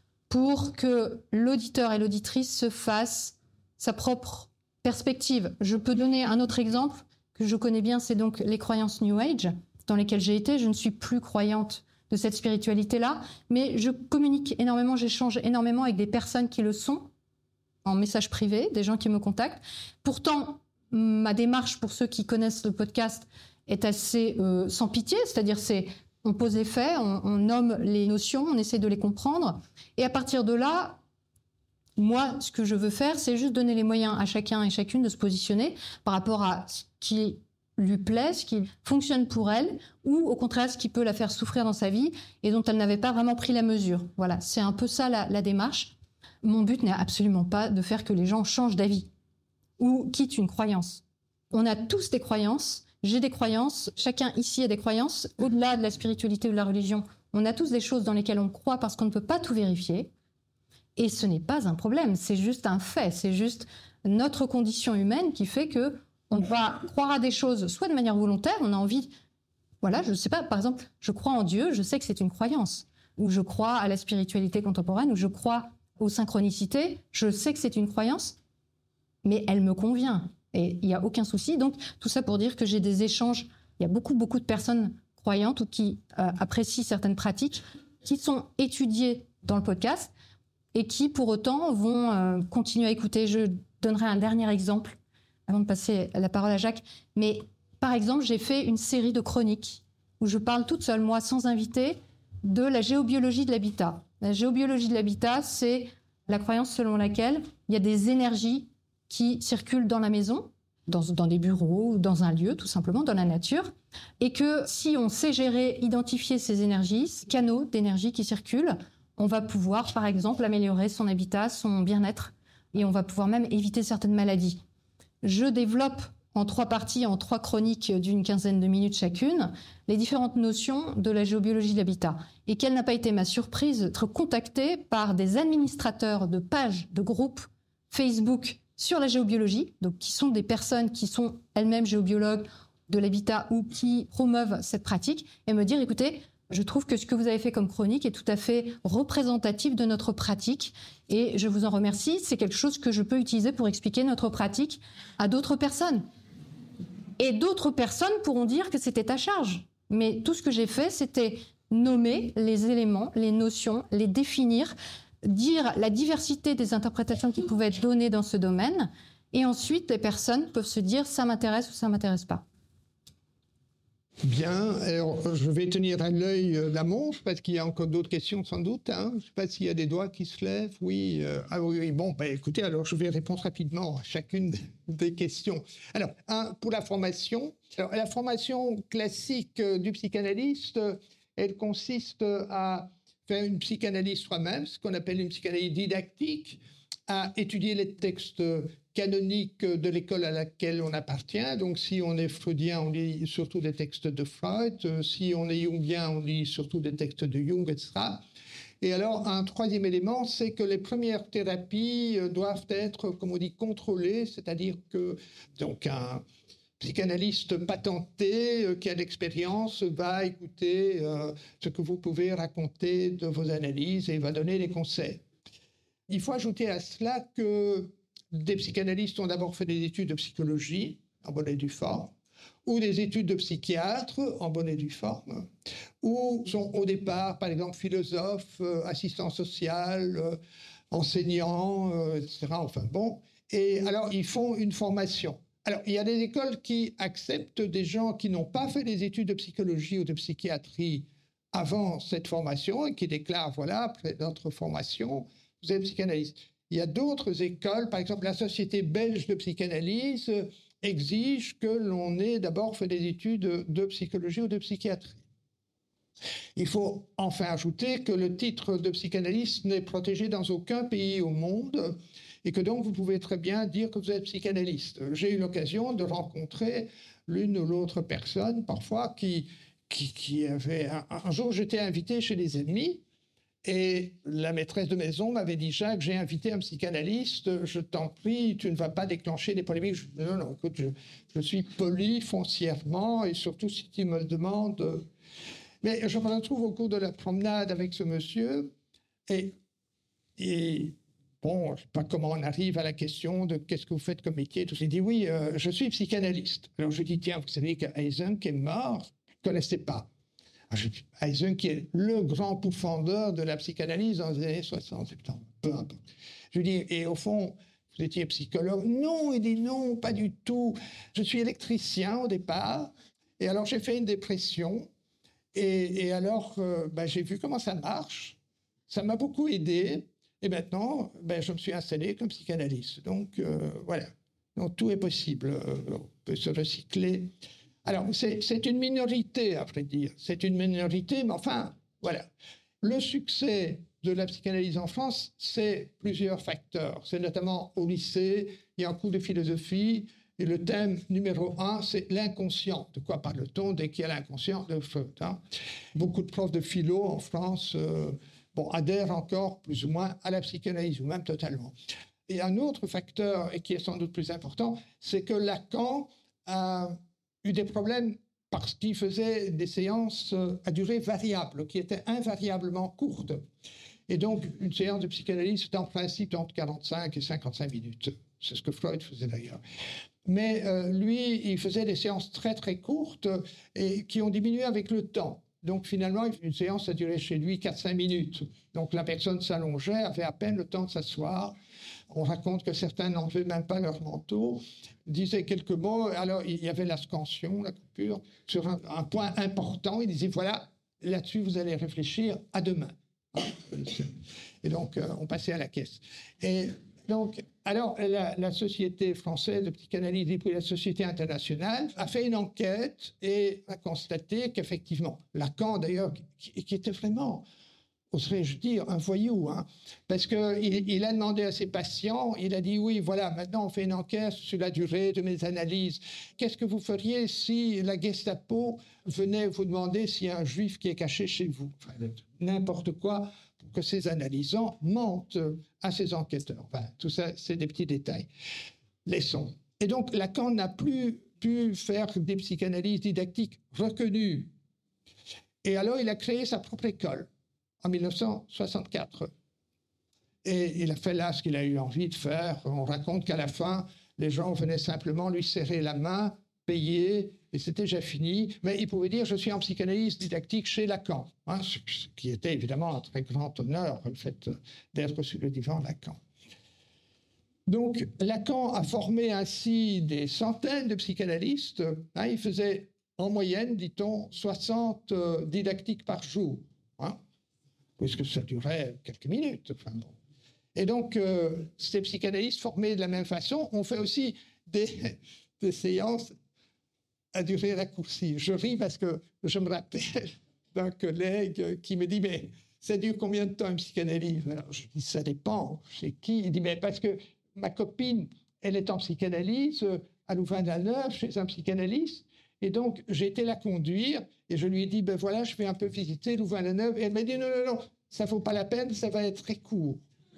pour que l'auditeur et l'auditrice se fassent sa propre perspective. Je peux donner un autre exemple que je connais bien, c'est donc les croyances New Age, dans lesquelles j'ai été. Je ne suis plus croyante de cette spiritualité-là, mais je communique énormément, j'échange énormément avec des personnes qui le sont, en message privé, des gens qui me contactent. Pourtant, ma démarche, pour ceux qui connaissent le podcast, est assez euh, sans pitié, c'est-à-dire c'est On pose les faits, on, on nomme les notions, on essaie de les comprendre. Et à partir de là, moi, ce que je veux faire, c'est juste donner les moyens à chacun et chacune de se positionner par rapport à ce qui lui plaît, ce qui fonctionne pour elle, ou au contraire, ce qui peut la faire souffrir dans sa vie et dont elle n'avait pas vraiment pris la mesure. Voilà, c'est un peu ça la, la démarche. Mon but n'est absolument pas de faire que les gens changent d'avis ou quittent une croyance. On a tous des croyances, j'ai des croyances, chacun ici a des croyances, au-delà de la spiritualité ou de la religion. On a tous des choses dans lesquelles on croit parce qu'on ne peut pas tout vérifier. Et ce n'est pas un problème, c'est juste un fait, c'est juste notre condition humaine qui fait que on va croire à des choses, soit de manière volontaire, on a envie, voilà, je ne sais pas, par exemple, je crois en Dieu, je sais que c'est une croyance, ou je crois à la spiritualité contemporaine, ou je crois aux synchronicités, je sais que c'est une croyance, mais elle me convient, et il n'y a aucun souci. Donc, tout ça pour dire que j'ai des échanges, il y a beaucoup, beaucoup de personnes croyantes ou qui euh, apprécient certaines pratiques, qui sont étudiées dans le podcast, et qui, pour autant, vont euh, continuer à écouter. Je donnerai un dernier exemple, avant de passer la parole à Jacques. Mais, par exemple, j'ai fait une série de chroniques où je parle toute seule, moi, sans invité, de la géobiologie de l'habitat. La géobiologie de l'habitat, c'est la croyance selon laquelle il y a des énergies qui circulent dans la maison, dans, dans des bureaux, dans un lieu, tout simplement, dans la nature, et que si on sait gérer, identifier ces énergies, ces canaux d'énergie qui circulent, on va pouvoir, par exemple, améliorer son habitat, son bien-être, et on va pouvoir même éviter certaines maladies. Je développe en trois parties, en trois chroniques d'une quinzaine de minutes chacune, les différentes notions de la géobiologie de l'habitat. Et quelle n'a pas été ma surprise d'être contactée par des administrateurs de pages, de groupes Facebook sur la géobiologie, donc qui sont des personnes qui sont elles-mêmes géobiologues de l'habitat ou qui promeuvent cette pratique, et me dire, écoutez, je trouve que ce que vous avez fait comme chronique est tout à fait représentatif de notre pratique et je vous en remercie. C'est quelque chose que je peux utiliser pour expliquer notre pratique à d'autres personnes. Et d'autres personnes pourront dire que c'était à charge. Mais tout ce que j'ai fait, c'était nommer les éléments, les notions, les définir, dire la diversité des interprétations qui pouvaient être données dans ce domaine. Et ensuite, les personnes peuvent se dire ça m'intéresse ou ça ne m'intéresse pas. Bien, alors je vais tenir à l'œil la montre parce qu'il y a encore d'autres questions sans doute. Hein. Je ne sais pas s'il y a des doigts qui se lèvent. Oui, euh, ah oui, oui. Bon, bah, écoutez, alors je vais répondre rapidement à chacune des questions. Alors, un, pour la formation. Alors, la formation classique du psychanalyste, elle consiste à faire une psychanalyse soi-même, ce qu'on appelle une psychanalyse didactique, à étudier les textes canoniques de l'école à laquelle on appartient. Donc, si on est freudien, on lit surtout des textes de Freud. Si on est jungien, on lit surtout des textes de Jung, et cetera. Et alors, un troisième élément, c'est que les premières thérapies doivent être, comme on dit, contrôlées, c'est-à-dire que donc un psychanalyste patenté euh, qui a de l'expérience va écouter euh, ce que vous pouvez raconter de vos analyses et va donner des conseils. Il faut ajouter à cela que des psychanalystes ont d'abord fait des études de psychologie, en bonne et due forme, ou des études de psychiatre, en bonne et due forme, ou sont au départ, par exemple, philosophes, euh, assistants sociaux, euh, enseignants, euh, et cetera. Enfin bon, et alors ils font une formation. Alors, il y a des écoles qui acceptent des gens qui n'ont pas fait des études de psychologie ou de psychiatrie avant cette formation et qui déclarent, voilà, après notre formation, vous êtes psychanalyste. Il y a d'autres écoles, par exemple la Société belge de psychanalyse exige que l'on ait d'abord fait des études de psychologie ou de psychiatrie. Il faut enfin ajouter que le titre de psychanalyste n'est protégé dans aucun pays au monde et que donc vous pouvez très bien dire que vous êtes psychanalyste. J'ai eu l'occasion de rencontrer l'une ou l'autre personne parfois qui, qui, qui avait... Un, un jour, j'étais invité chez des amis. Et la maîtresse de maison m'avait dit « Jacques, j'ai invité un psychanalyste, je t'en prie, tu ne vas pas déclencher des polémiques. » Je dis « Non, non, écoute, je, je suis poli foncièrement, et surtout si tu me le demandes. » Mais je me retrouve au cours de la promenade avec ce monsieur, et, et bon, je ne sais pas comment on arrive à la question de « Qu'est-ce que vous faites comme métier ?» J'ai dit « Oui, euh, je suis psychanalyste. » Alors je dis « Tiens, vous savez qu'Eysenck qui est mort, je ne connaissais pas. » Eysenck, qui est le grand pourfendeur de la psychanalyse dans les années soixante, soixante-dix, peu importe. Je lui dis, et au fond, vous étiez psychologue? Non, il dit non, pas du tout. Je suis électricien au départ, et alors j'ai fait une dépression, Et, et alors, euh, ben, j'ai vu comment ça marche. Ça m'a beaucoup aidé. Et maintenant, ben, je me suis installé comme psychanalyste. Donc, euh, voilà. Donc, tout est possible. Euh, on peut se recycler. Alors, c'est, c'est une minorité, à vrai dire. C'est une minorité, mais enfin, voilà. Le succès de la psychanalyse en France, c'est plusieurs facteurs. C'est notamment au lycée, il y a un cours de philosophie, et le thème numéro un, c'est l'inconscient. De quoi parle-t-on dès qu'il y a l'inconscient de Freud, hein? Beaucoup de profs de philo en France euh, bon, adhèrent encore plus ou moins à la psychanalyse, ou même totalement. Et un autre facteur, et qui est sans doute plus important, c'est que Lacan a eu des problèmes parce qu'il faisait des séances à durée variable, qui étaient invariablement courtes. Et donc, une séance de psychanalyse, c'est en principe entre quarante-cinq et cinquante-cinq minutes. C'est ce que Freud faisait d'ailleurs. Mais euh, lui, il faisait des séances très, très courtes et qui ont diminué avec le temps. Donc, finalement, une séance a duré chez lui quatre à cinq minutes. Donc, la personne s'allongeait, avait à peine le temps de s'asseoir. On raconte que certains n'enlevaient même pas leur manteau, disaient quelques mots. Alors, il y avait la scansion, la coupure, sur un, un point important. Il disait, voilà, là-dessus, vous allez réfléchir à demain. Et donc, euh, on passait à la caisse. Et donc, alors, la, la Société française de psychanalyse et puis la Société internationale a fait une enquête et a constaté qu'effectivement, Lacan, d'ailleurs, qui, qui était vraiment, oserais-je dire, un voyou, hein, parce qu'il il a demandé à ses patients, il a dit, oui, voilà, maintenant on fait une enquête sur la durée de mes analyses. Qu'est-ce que vous feriez si la Gestapo venait vous demander s'il y a un juif qui est caché chez vous? Enfin, n'importe quoi pour que ces analysants mentent à ces enquêteurs. Enfin, tout ça, c'est des petits détails. Laissons. Et donc, Lacan n'a plus pu faire des psychanalyses didactiques reconnues. Et alors, il a créé sa propre école en mille neuf cent soixante-quatre. Et il a fait là ce qu'il a eu envie de faire. On raconte qu'à la fin, les gens venaient simplement lui serrer la main, payer, et c'était déjà fini. Mais il pouvait dire « je suis en psychanalyse didactique chez Lacan hein, », ce qui était évidemment un très grand honneur, le fait d'être sur le divan Lacan. Donc, Lacan a formé ainsi des centaines de psychanalystes. Hein, il faisait en moyenne, dit-on, soixante euh, didactiques par jour, hein, puisque ça durait quelques minutes. Enfin, bon. Et donc, euh, ces psychanalystes formés de la même façon ont fait aussi des, des séances à durée raccourcie. Je ris parce que je me rappelle d'un collègue qui me dit « mais ça dure combien de temps une psychanalyse ?» Alors, je dis « ça dépend. Chez qui ?» Il dit « mais parce que ma copine, elle est en psychanalyse à Louvain-la-Neuve, chez un psychanalyste. Et donc, j'ai été la conduire et je lui ai dit, ben voilà, je vais un peu visiter Louvain-la-Neuve. Et elle m'a dit, non, non, non, ça ne vaut pas la peine, ça va être très court.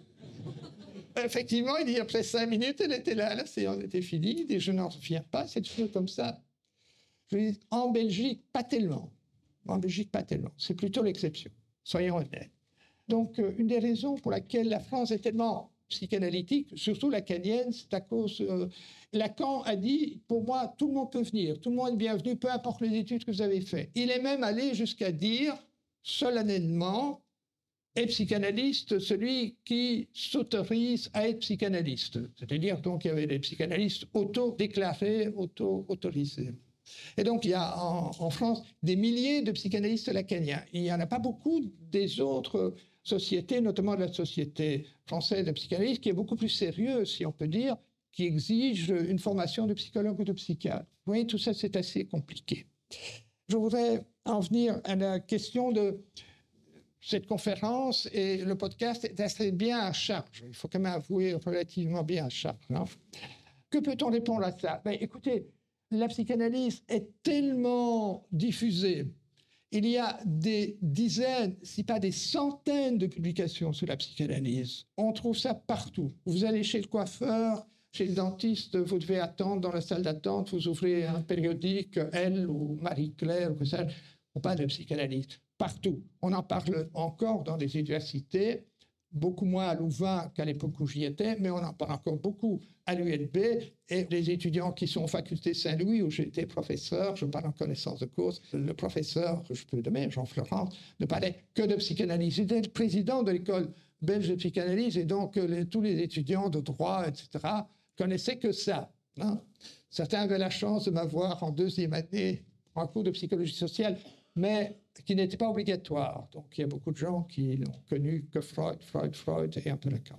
Effectivement, il dit, après cinq minutes, elle était là, la séance était finie. Il dit, je n'en reviens pas, c'est toujours comme ça. Je lui ai dit, en Belgique, pas tellement. En Belgique, pas tellement. C'est plutôt l'exception, soyons honnêtes. Donc, euh, une des raisons pour laquelle la France est tellement psychanalytique, surtout lacanienne, c'est à cause... Euh, Lacan a dit, pour moi, tout le monde peut venir, tout le monde est bienvenu, peu importe les études que vous avez faites. Il est même allé jusqu'à dire, solennellement, est psychanalyste celui qui s'autorise à être psychanalyste. C'est-à-dire, donc, il y avait des psychanalystes auto-déclarés, auto-autorisés. Et donc, il y a en, en France des milliers de psychanalystes lacaniens. Il n'y en a pas beaucoup des autres sociétés, notamment de la Société française de psychanalyse, qui est beaucoup plus sérieuse, si on peut dire, qui exige une formation de psychologue ou de psychiatre. Vous voyez, tout ça, c'est assez compliqué. Je voudrais en venir à la question de cette conférence, et le podcast est assez bien à charge. Il faut quand même avouer relativement bien à charge. Hein. Que peut-on répondre à ça? Ben, écoutez, la psychanalyse est tellement diffusée. Il y a des dizaines, si pas des centaines de publications sur la psychanalyse. On trouve ça partout. Vous allez chez le coiffeur, chez le dentiste, vous devez attendre dans la salle d'attente, vous ouvrez un périodique, Elle ou Marie-Claire, ou que ça, on parle de psychanalyse. Partout. On en parle encore dans les universités, beaucoup moins à Louvain qu'à l'époque où j'y étais, mais on en parle encore beaucoup à l'U L B. Et les étudiants qui sont aux facultés Saint-Louis, où j'étais professeur, je parle en connaissance de cause, le professeur, je peux le nommer, Jean-Florent, ne parlait que de psychanalyse. C'était le président de l'école belge de psychanalyse, et donc les, tous les étudiants de droit, et cetera, connaissaient que ça. Hein. Certains avaient la chance de m'avoir en deuxième année en cours de psychologie sociale, mais qui n'était pas obligatoire. Donc, il y a beaucoup de gens qui n'ont connu que Freud, Freud, Freud et un peu Lacan.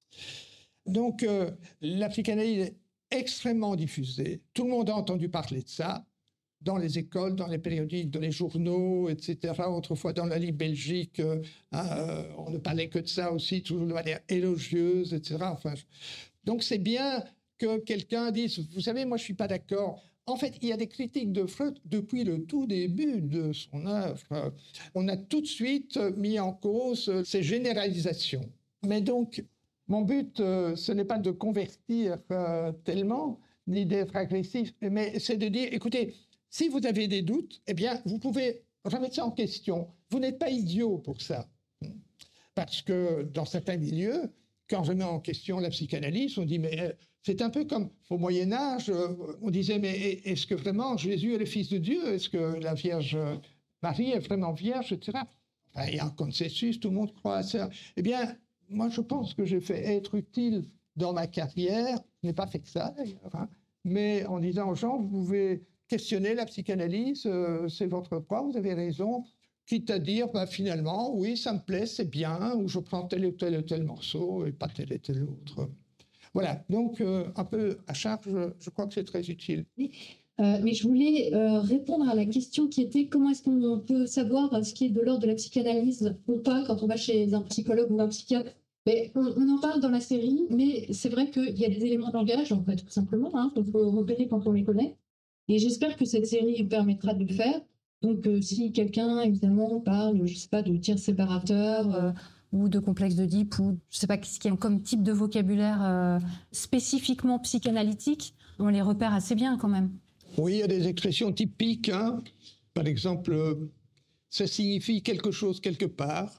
Donc, euh, la psychanalyse est extrêmement diffusée. Tout le monde a entendu parler de ça, dans les écoles, dans les périodiques, dans les journaux, et cetera. Autrefois, dans la Ligue belgique, euh, euh, on ne parlait que de ça aussi, toujours de manière élogieuse, et cetera. Enfin, donc, c'est bien que quelqu'un dise, vous savez, moi, je ne suis pas d'accord. En fait, il y a des critiques de Freud depuis le tout début de son œuvre. On a tout de suite mis en cause ces généralisations. Mais donc, mon but, euh, ce n'est pas de convertir euh, tellement, ni d'être agressif, mais c'est de dire, écoutez, si vous avez des doutes, eh bien, vous pouvez remettre ça en question. Vous n'êtes pas idiot pour ça. Parce que dans certains milieux, quand je mets en question la psychanalyse, on dit, mais euh, c'est un peu comme au Moyen-Âge, euh, on disait, mais est-ce que vraiment Jésus est le Fils de Dieu? Est-ce que la Vierge Marie est vraiment vierge, et cetera. Enfin, il y a un consensus, tout le monde croit à ça. Eh bien, moi, je pense que j'ai fait être utile dans ma carrière. Je n'ai pas fait que ça, d'ailleurs, hein, mais en disant aux gens, vous pouvez questionner la psychanalyse, euh, c'est votre droit, vous avez raison, quitte à dire, bah, finalement, oui, ça me plaît, c'est bien, ou je prends tel ou tel ou tel morceau, et pas tel et tel autre. Voilà, donc euh, un peu à charge, je crois que c'est très utile. Euh, mais je voulais euh, répondre à la question qui était comment est-ce qu'on peut savoir ce qui est de l'ordre de la psychanalyse ou pas quand on va chez un psychologue ou un psychiatre. Mais on, on en parle dans la série, mais c'est vrai qu'il y a des éléments de langage, en fait, tout simplement, hein, qu'on peut repérer quand on les connaît. Et j'espère que cette série permettra de le faire. Donc, euh, si quelqu'un, évidemment, parle, je ne sais pas, de tirs séparateurs euh, ou de complexe d'Oedipe, ou je ne sais pas ce qu'il y a comme type de vocabulaire euh, spécifiquement psychanalytique, on les repère assez bien quand même. Oui, il y a des expressions typiques. Hein. Par exemple, euh, ça signifie quelque chose quelque part.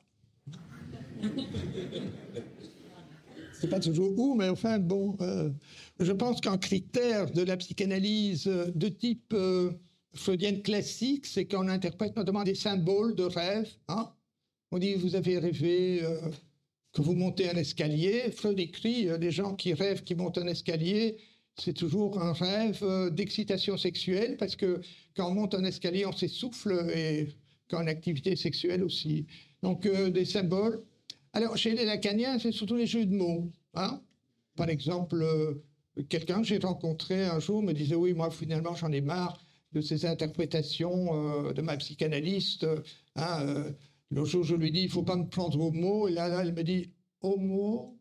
C'est pas toujours où, mais enfin, bon. Euh, je pense qu'un critère de la psychanalyse de type euh, freudienne classique, c'est qu'on interprète notamment des symboles de rêve. Hein. On dit, vous avez rêvé euh, que vous montez un escalier. Freud écrit, euh, les gens qui rêvent qu'ils montent un escalier, c'est toujours un rêve euh, d'excitation sexuelle, parce que quand on monte un escalier, on s'essouffle, et quand une activité sexuelle aussi. Donc, euh, des symboles. Alors, chez les lacaniens, c'est surtout les jeux de mots. Hein. Par exemple, euh, quelqu'un que j'ai rencontré un jour me disait, oui, moi, finalement, j'en ai marre de ces interprétations euh, de ma psychanalyste. Hein, euh, L'autre jour, je lui dis, il ne faut pas me prendre au mot. Et là, là elle me dit, au mot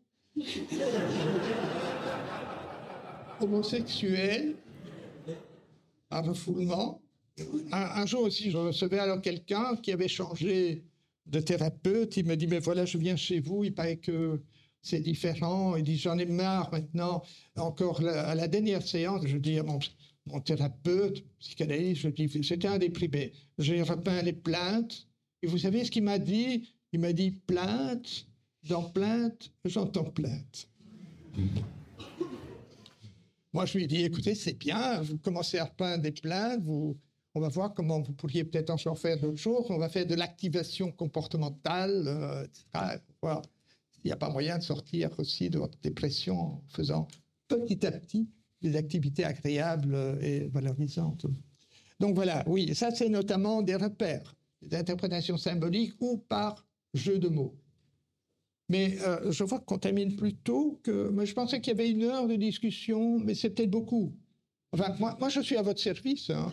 homosexuel, un refoulement. Un, un jour aussi, je recevais alors quelqu'un qui avait changé de thérapeute. Il me dit, mais voilà, je viens chez vous, il paraît que c'est différent. Il dit, j'en ai marre maintenant. Encore la, à la dernière séance, je dis à mon, mon thérapeute, psychanalyste, je dis, c'était un déprimé. J'ai repeint les plaintes. Et vous savez ce qu'il m'a dit? Il m'a dit, plainte, dans plainte, j'entends plainte. Moi, je lui ai dit, écoutez, c'est bien, vous commencez à repeindre des plaintes, vous, on va voir comment vous pourriez peut-être en faire d'autres choses, on va faire de l'activation comportementale, euh, et cetera. Voir s'il n'y a pas moyen de sortir aussi de votre dépression en faisant petit à petit des activités agréables et valorisantes. Donc voilà, oui, ça c'est notamment des repères, des interprétations symboliques ou par jeu de mots. Mais euh, je vois qu'on termine plus tôt que... Moi, je pensais qu'il y avait une heure de discussion, mais c'est peut-être beaucoup. Enfin, moi, moi, je suis à votre service. Hein.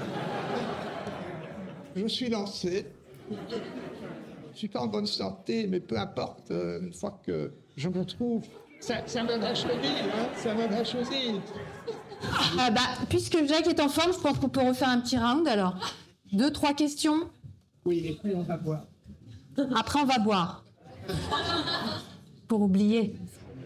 Je suis lancé. Je ne suis pas en bonne santé, mais peu importe. Euh, une fois que je me retrouve, ça, ça me va choisir. Hein, ça me va choisir. Ah bah, puisque Jacques est en forme, je pense qu'on peut refaire un petit round, alors. Deux, trois questions. Oui, et puis on va boire. Après, on va boire. Pour oublier.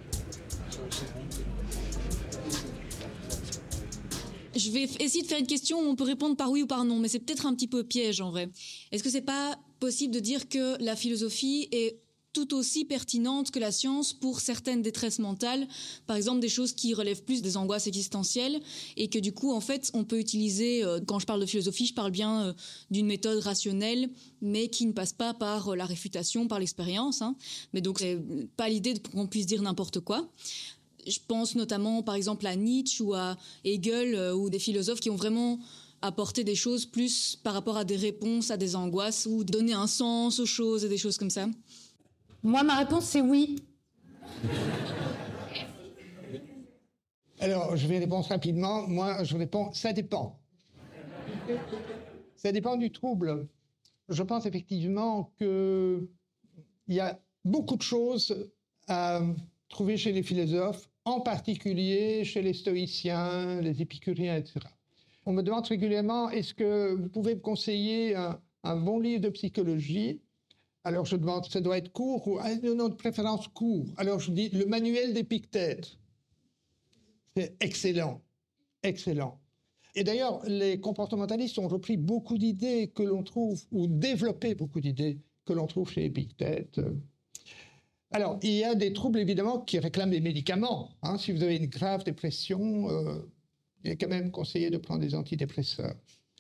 Je vais essayer de faire une question où on peut répondre par oui ou par non, mais c'est peut-être un petit peu piège en vrai. Est-ce que c'est pas possible de dire que la philosophie est tout aussi pertinente que la science pour certaines détresses mentales, par exemple des choses qui relèvent plus des angoisses existentielles, et que du coup, en fait, on peut utiliser, euh, quand je parle de philosophie, je parle bien euh, d'une méthode rationnelle, mais qui ne passe pas par euh, la réfutation, par l'expérience, hein. Mais donc, c'est pas l'idée qu'on puisse dire n'importe quoi. Je pense notamment, par exemple, à Nietzsche ou à Hegel, euh, ou des philosophes qui ont vraiment apporter des choses plus par rapport à des réponses à des angoisses ou donner un sens aux choses et des choses comme ça? Moi, ma réponse, c'est oui. Alors, je vais répondre rapidement. Moi, je réponds, ça dépend. Ça dépend du trouble. Je pense effectivement qu'il y a beaucoup de choses à trouver chez les philosophes, en particulier chez les stoïciens, les épicuriens, et cetera. On me demande régulièrement, est-ce que vous pouvez me conseiller un, un bon livre de psychologie? Alors je demande, ça doit être court ou ah, non, de préférence court. Alors je dis, le manuel d'Épictète. C'est excellent, excellent. Et d'ailleurs, les comportementalistes ont repris beaucoup d'idées que l'on trouve, ou développé beaucoup d'idées que l'on trouve chez Épictète. Alors, il y a des troubles, évidemment, qui réclament des médicaments. Hein. Si vous avez une grave dépression, euh, il est quand même conseillé de prendre des antidépresseurs.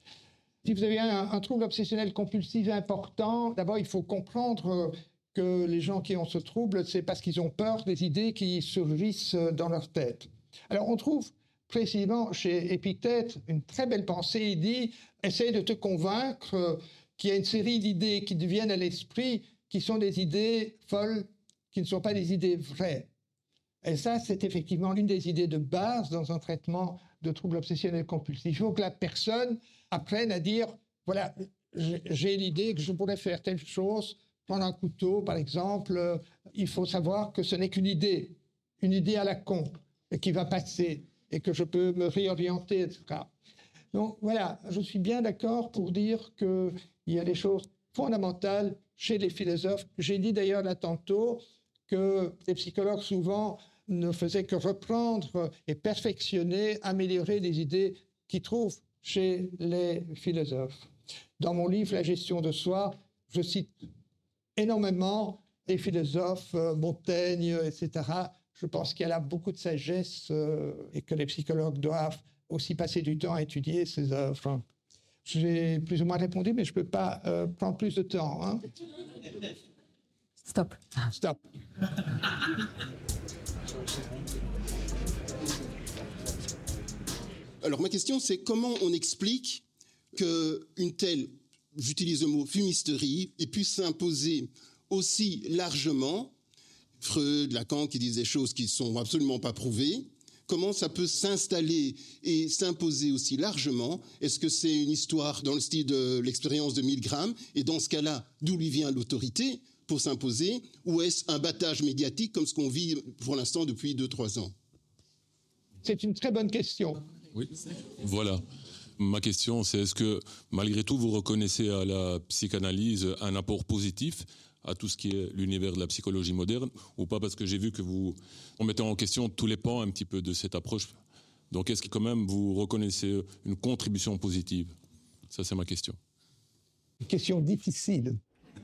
Si vous avez un, un trouble obsessionnel compulsif important, d'abord, il faut comprendre que les gens qui ont ce trouble, c'est parce qu'ils ont peur des idées qui surgissent dans leur tête. Alors, on trouve précisément chez Épictète une très belle pensée. Il dit « Essaye de te convaincre qu'il y a une série d'idées qui te viennent à l'esprit qui sont des idées folles, qui ne sont pas des idées vraies. » Et ça, c'est effectivement l'une des idées de base dans un traitement de troubles obsessionnels compulsifs. Il faut que la personne apprenne à dire, voilà, j'ai l'idée que je pourrais faire telle chose, prendre un couteau, par exemple. Il faut savoir que ce n'est qu'une idée, une idée à la con, et qui va passer, et que je peux me réorienter, et cetera. Donc voilà, je suis bien d'accord pour dire qu'il y a des choses fondamentales chez les philosophes. J'ai dit d'ailleurs là tantôt que les psychologues souvent ne faisaient que reprendre et perfectionner, améliorer des idées qu'ils trouvent chez les philosophes. Dans mon livre « La gestion de soi », je cite énormément les philosophes, Montaigne, et cetera. Je pense qu'il y a là beaucoup de sagesse euh, et que les psychologues doivent aussi passer du temps à étudier ces œuvres. J'ai plus ou moins répondu, mais je ne peux pas euh, prendre plus de temps. Hein. Stop. Stop. Alors ma question, c'est comment on explique qu'une telle, j'utilise le mot fumisterie, ait pu s'imposer aussi largement. Freud, Lacan qui disent des choses qui ne sont absolument pas prouvées. Comment ça peut s'installer et s'imposer aussi largement? Est-ce que c'est une histoire dans le style de l'expérience de Milgram? Et dans ce cas-là, d'où lui vient l'autorité pour s'imposer? Ou est-ce un battage médiatique comme ce qu'on vit pour l'instant depuis deux trois ans? C'est une très bonne question. Oui, voilà. Ma question, c'est est-ce que, malgré tout, vous reconnaissez à la psychanalyse un apport positif à tout ce qui est l'univers de la psychologie moderne, ou pas? Parce que j'ai vu que vous on mettait en question tous les pans un petit peu de cette approche. Donc est-ce que quand même vous reconnaissez une contribution positive? Ça, c'est ma question. Une question difficile.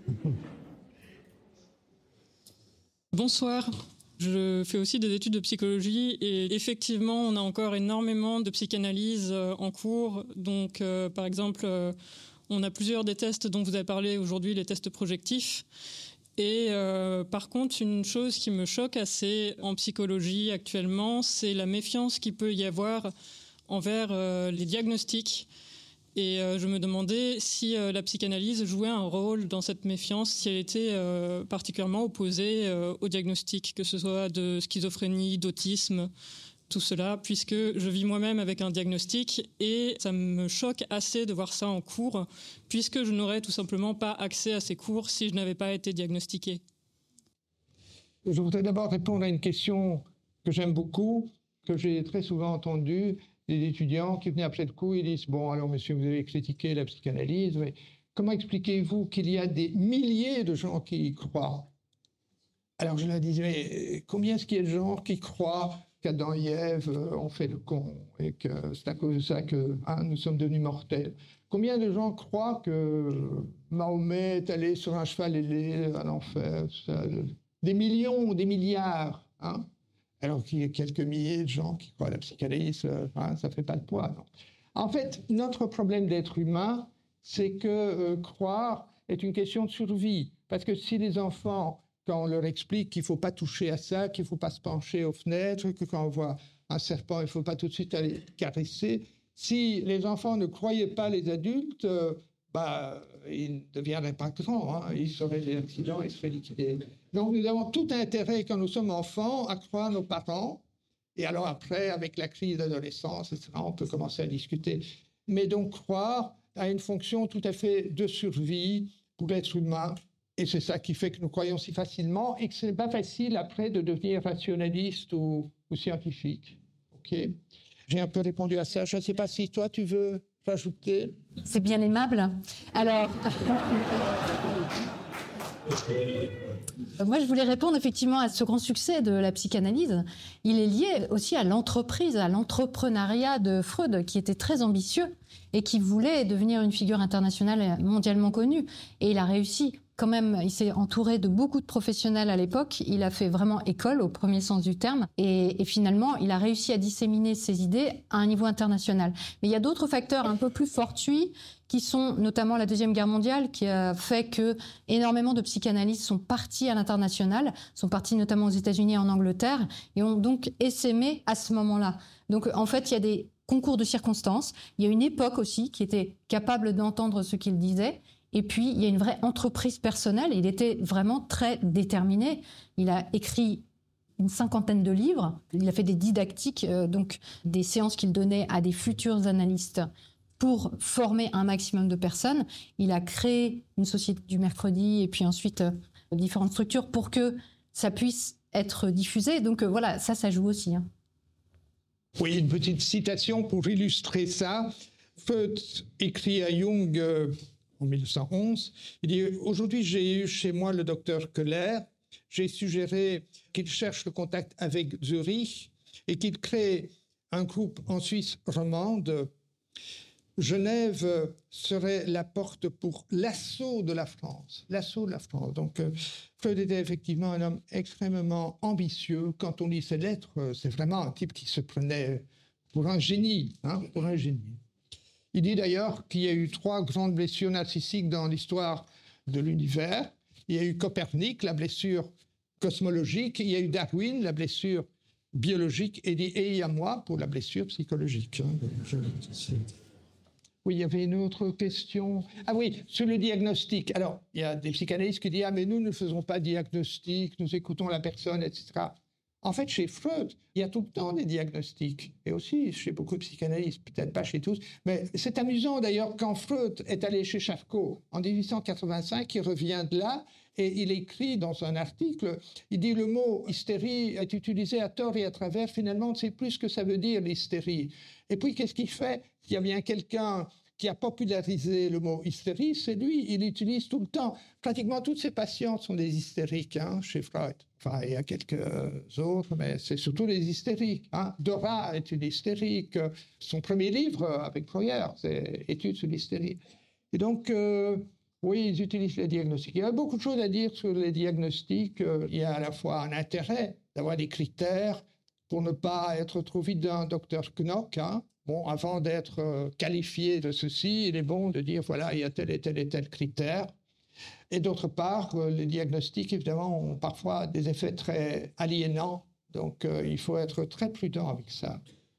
Bonsoir. Je fais aussi des études de psychologie et effectivement, on a encore énormément de psychanalyse en cours. Donc, euh, par exemple, euh, on a plusieurs des tests dont vous avez parlé aujourd'hui, les tests projectifs. Et euh, par contre, une chose qui me choque assez en psychologie actuellement, c'est la méfiance qu'il peut y avoir envers euh, les diagnostics. Et euh, je me demandais si euh, la psychanalyse jouait un rôle dans cette méfiance, si elle était euh, particulièrement opposée euh, au diagnostic, que ce soit de schizophrénie, d'autisme, tout cela, puisque je vis moi-même avec un diagnostic et ça me choque assez de voir ça en cours, puisque je n'aurais tout simplement pas accès à ces cours si je n'avais pas été diagnostiqué. Je voudrais d'abord répondre à une question que j'aime beaucoup, que j'ai très souvent entendue. Des étudiants qui venaient après le cours, ils disent « Bon, alors monsieur, vous avez critiqué la psychanalyse, mais comment expliquez-vous qu'il y a des milliers de gens qui y croient ?» Alors je leur disais « Mais combien est-ce qu'il y a de gens qui croient qu'Adam et Ève ont fait le con et que c'est à cause de ça que hein, nous sommes devenus mortels? Combien de gens croient que Mahomet est allé sur un cheval ailé à l'enfer? Des millions, des milliards, hein? Alors qu'il y a quelques milliers de gens qui croient à la psychanalyse, hein, ça ne fait pas de poids. Non. En fait, notre problème d'être humain, c'est que euh, croire est une question de survie. Parce que si les enfants, quand on leur explique qu'il ne faut pas toucher à ça, qu'il ne faut pas se pencher aux fenêtres, que quand on voit un serpent, il ne faut pas tout de suite aller caresser, si les enfants ne croyaient pas les adultes, euh, bah, ils ne deviendraient pas grands, hein, ils seraient des accidents, ils seraient liquidés. Donc nous avons tout intérêt, quand nous sommes enfants, à croire nos parents. Et alors après, avec la crise d'adolescence, et cetera, on peut commencer à discuter. Mais donc croire a une fonction tout à fait de survie pour l'être humain. Et c'est ça qui fait que nous croyons si facilement et que ce n'est pas facile après de devenir rationaliste ou, ou scientifique. Okay. J'ai un peu répondu à ça. Je ne sais pas si toi, tu veux rajouter. C'est bien aimable. Alors... Moi, je voulais répondre effectivement à ce grand succès de la psychanalyse. Il est lié aussi à l'entreprise, à l'entrepreneuriat de Freud, qui était très ambitieux et qui voulait devenir une figure internationale mondialement connue. Et il a réussi. Quand même, il s'est entouré de beaucoup de professionnels à l'époque. Il a fait vraiment école au premier sens du terme. Et, et finalement, il a réussi à disséminer ses idées à un niveau international. Mais il y a d'autres facteurs un peu plus fortuits qui sont notamment la Deuxième Guerre mondiale, qui a fait que énormément de psychanalystes sont partis à l'international, sont partis notamment aux États-Unis et en Angleterre, et ont donc essaimé à ce moment-là. Donc en fait, il y a des concours de circonstances. Il y a une époque aussi qui était capable d'entendre ce qu'il disait. Et puis, il y a une vraie entreprise personnelle. Il était vraiment très déterminé. Il a écrit une cinquantaine de livres. Il a fait des didactiques, euh, donc des séances qu'il donnait à des futurs analystes pour former un maximum de personnes. Il a créé une société du mercredi et puis ensuite euh, différentes structures pour que ça puisse être diffusé. Donc euh, voilà, ça, ça joue aussi. Hein. Oui, une petite citation pour illustrer ça. Freud écrit à Jung... Euh en mille neuf cent onze, il dit « Aujourd'hui, j'ai eu chez moi le docteur Keller. J'ai suggéré qu'il cherche le contact avec Zurich et qu'il crée un groupe en Suisse romande. Genève serait la porte pour l'assaut de la France. L'assaut de la France. » Donc, euh, Freud était effectivement un homme extrêmement ambitieux. Quand on lit ses lettres, c'est vraiment un type qui se prenait pour un génie, hein, pour un génie. Il dit d'ailleurs qu'il y a eu trois grandes blessures narcissiques dans l'histoire de l'univers. Il y a eu Copernic, la blessure cosmologique. Il y a eu Darwin, la blessure biologique. Et, dit, et il y a moi pour la blessure psychologique. Je... Oui, il y avait une autre question. Ah oui, sur le diagnostic. Alors, il y a des psychanalystes qui disent « Ah, mais nous ne faisons pas de diagnostic, nous écoutons la personne, et cetera » En fait, chez Freud, il y a tout le temps des diagnostics. Et aussi chez beaucoup de psychanalystes, peut-être pas chez tous. Mais c'est amusant d'ailleurs, quand Freud est allé chez Charcot en dix-huit cent quatre-vingt-cinq, il revient de là et il écrit dans un article, il dit le mot hystérie est utilisé à tort et à travers. Finalement, on ne sait plus ce que ça veut dire l'hystérie. Et puis, qu'est-ce qu'il fait? Il y a bien quelqu'un qui a popularisé le mot hystérie, c'est lui, il l'utilise tout le temps. Pratiquement toutes ses patients sont des hystériques hein, chez Freud. Enfin, il y a quelques autres, mais c'est surtout les hystériques. Hein. Dora est une hystérique. Son premier livre avec Breuer, c'est Études sur l'hystérie. Et donc, euh, oui, ils utilisent les diagnostics. Il y a beaucoup de choses à dire sur les diagnostics. Il y a à la fois un intérêt d'avoir des critères pour ne pas être trop vite d'un docteur Knock, hein. Bon, avant d'être qualifié de ceci, il est bon de dire, voilà, il y a tel et tel et tel critère. Et d'autre part, les diagnostics, évidemment, ont parfois des effets très aliénants. Donc, euh, il faut être très prudent avec ça.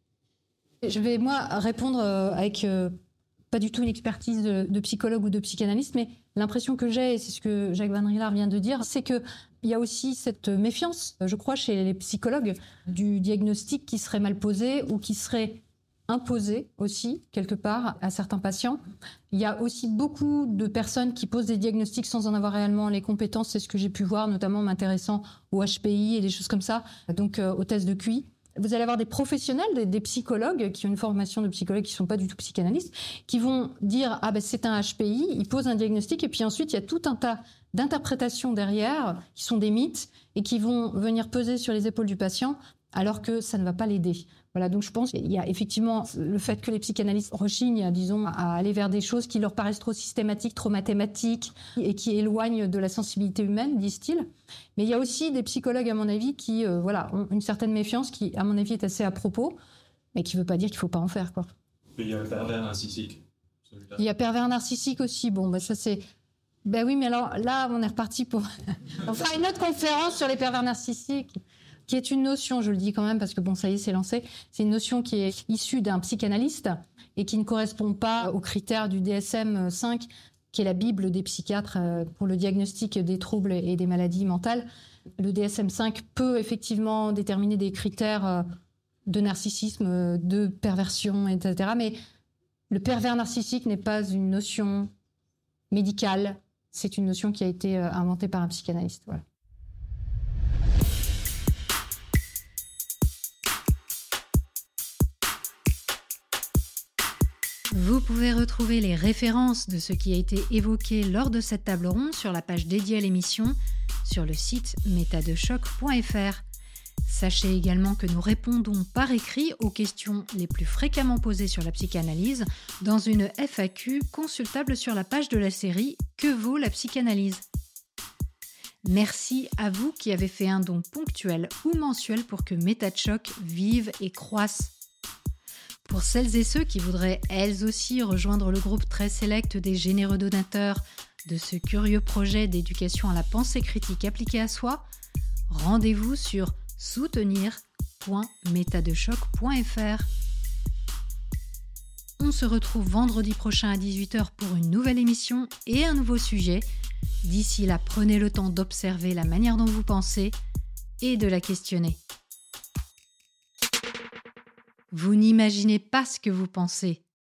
Je vais, moi, répondre avec euh, pas du tout une expertise de, de psychologue ou de psychanalyste, mais l'impression que j'ai, et c'est ce que Jacques Van Rillard vient de dire, c'est qu'il y a aussi cette méfiance, je crois, chez les psychologues, du diagnostic qui serait mal posé ou qui serait imposé aussi, quelque part, à certains patients. Il y a aussi beaucoup de personnes qui posent des diagnostics sans en avoir réellement les compétences. C'est ce que j'ai pu voir, notamment m'intéressant au H P I et des choses comme ça, donc euh, aux tests de Q I. Vous allez avoir des professionnels, des, des psychologues qui ont une formation de psychologue qui ne sont pas du tout psychanalystes, qui vont dire « Ah ben c'est un H P I », ils posent un diagnostic et puis ensuite il y a tout un tas d'interprétations derrière qui sont des mythes et qui vont venir peser sur les épaules du patient alors que ça ne va pas l'aider. Voilà, donc je pense qu'il y a effectivement le fait que les psychanalystes rechignent, disons, à aller vers des choses qui leur paraissent trop systématiques, trop mathématiques et qui éloignent de la sensibilité humaine, disent-ils. Mais il y a aussi des psychologues, à mon avis, qui euh, voilà, ont une certaine méfiance qui, à mon avis, est assez à propos, mais qui ne veut pas dire qu'il ne faut pas en faire, quoi. Il y a le pervers narcissique. Il y a pervers narcissique aussi. Bon, bah ça c'est... Ben oui, mais alors là, on est reparti pour... enfin, une autre conférence sur les pervers narcissiques. qui est une notion, je le dis quand même parce que bon, ça y est, c'est lancé, c'est une notion qui est issue d'un psychanalyste et qui ne correspond pas aux critères du D S M cinq, qui est la Bible des psychiatres pour le diagnostic des troubles et des maladies mentales. Le D S M cinq peut effectivement déterminer des critères de narcissisme, de perversion, et cetera. Mais le pervers narcissique n'est pas une notion médicale, c'est une notion qui a été inventée par un psychanalyste. Voilà. Vous pouvez retrouver les références de ce qui a été évoqué lors de cette table ronde sur la page dédiée à l'émission sur le site méta de choc point f r. Sachez également que nous répondons par écrit aux questions les plus fréquemment posées sur la psychanalyse dans une F A Q consultable sur la page de la série « Que vaut la psychanalyse ?» Merci à vous qui avez fait un don ponctuel ou mensuel pour que Méta de Choc vive et croisse. Pour celles et ceux qui voudraient elles aussi rejoindre le groupe très sélect des généreux donateurs de ce curieux projet d'éducation à la pensée critique appliquée à soi, rendez-vous sur soutenir point méta de choc point f r. On se retrouve vendredi prochain à dix-huit heures pour une nouvelle émission et un nouveau sujet. D'ici là, prenez le temps d'observer la manière dont vous pensez et de la questionner. Vous n'imaginez pas ce que vous pensez.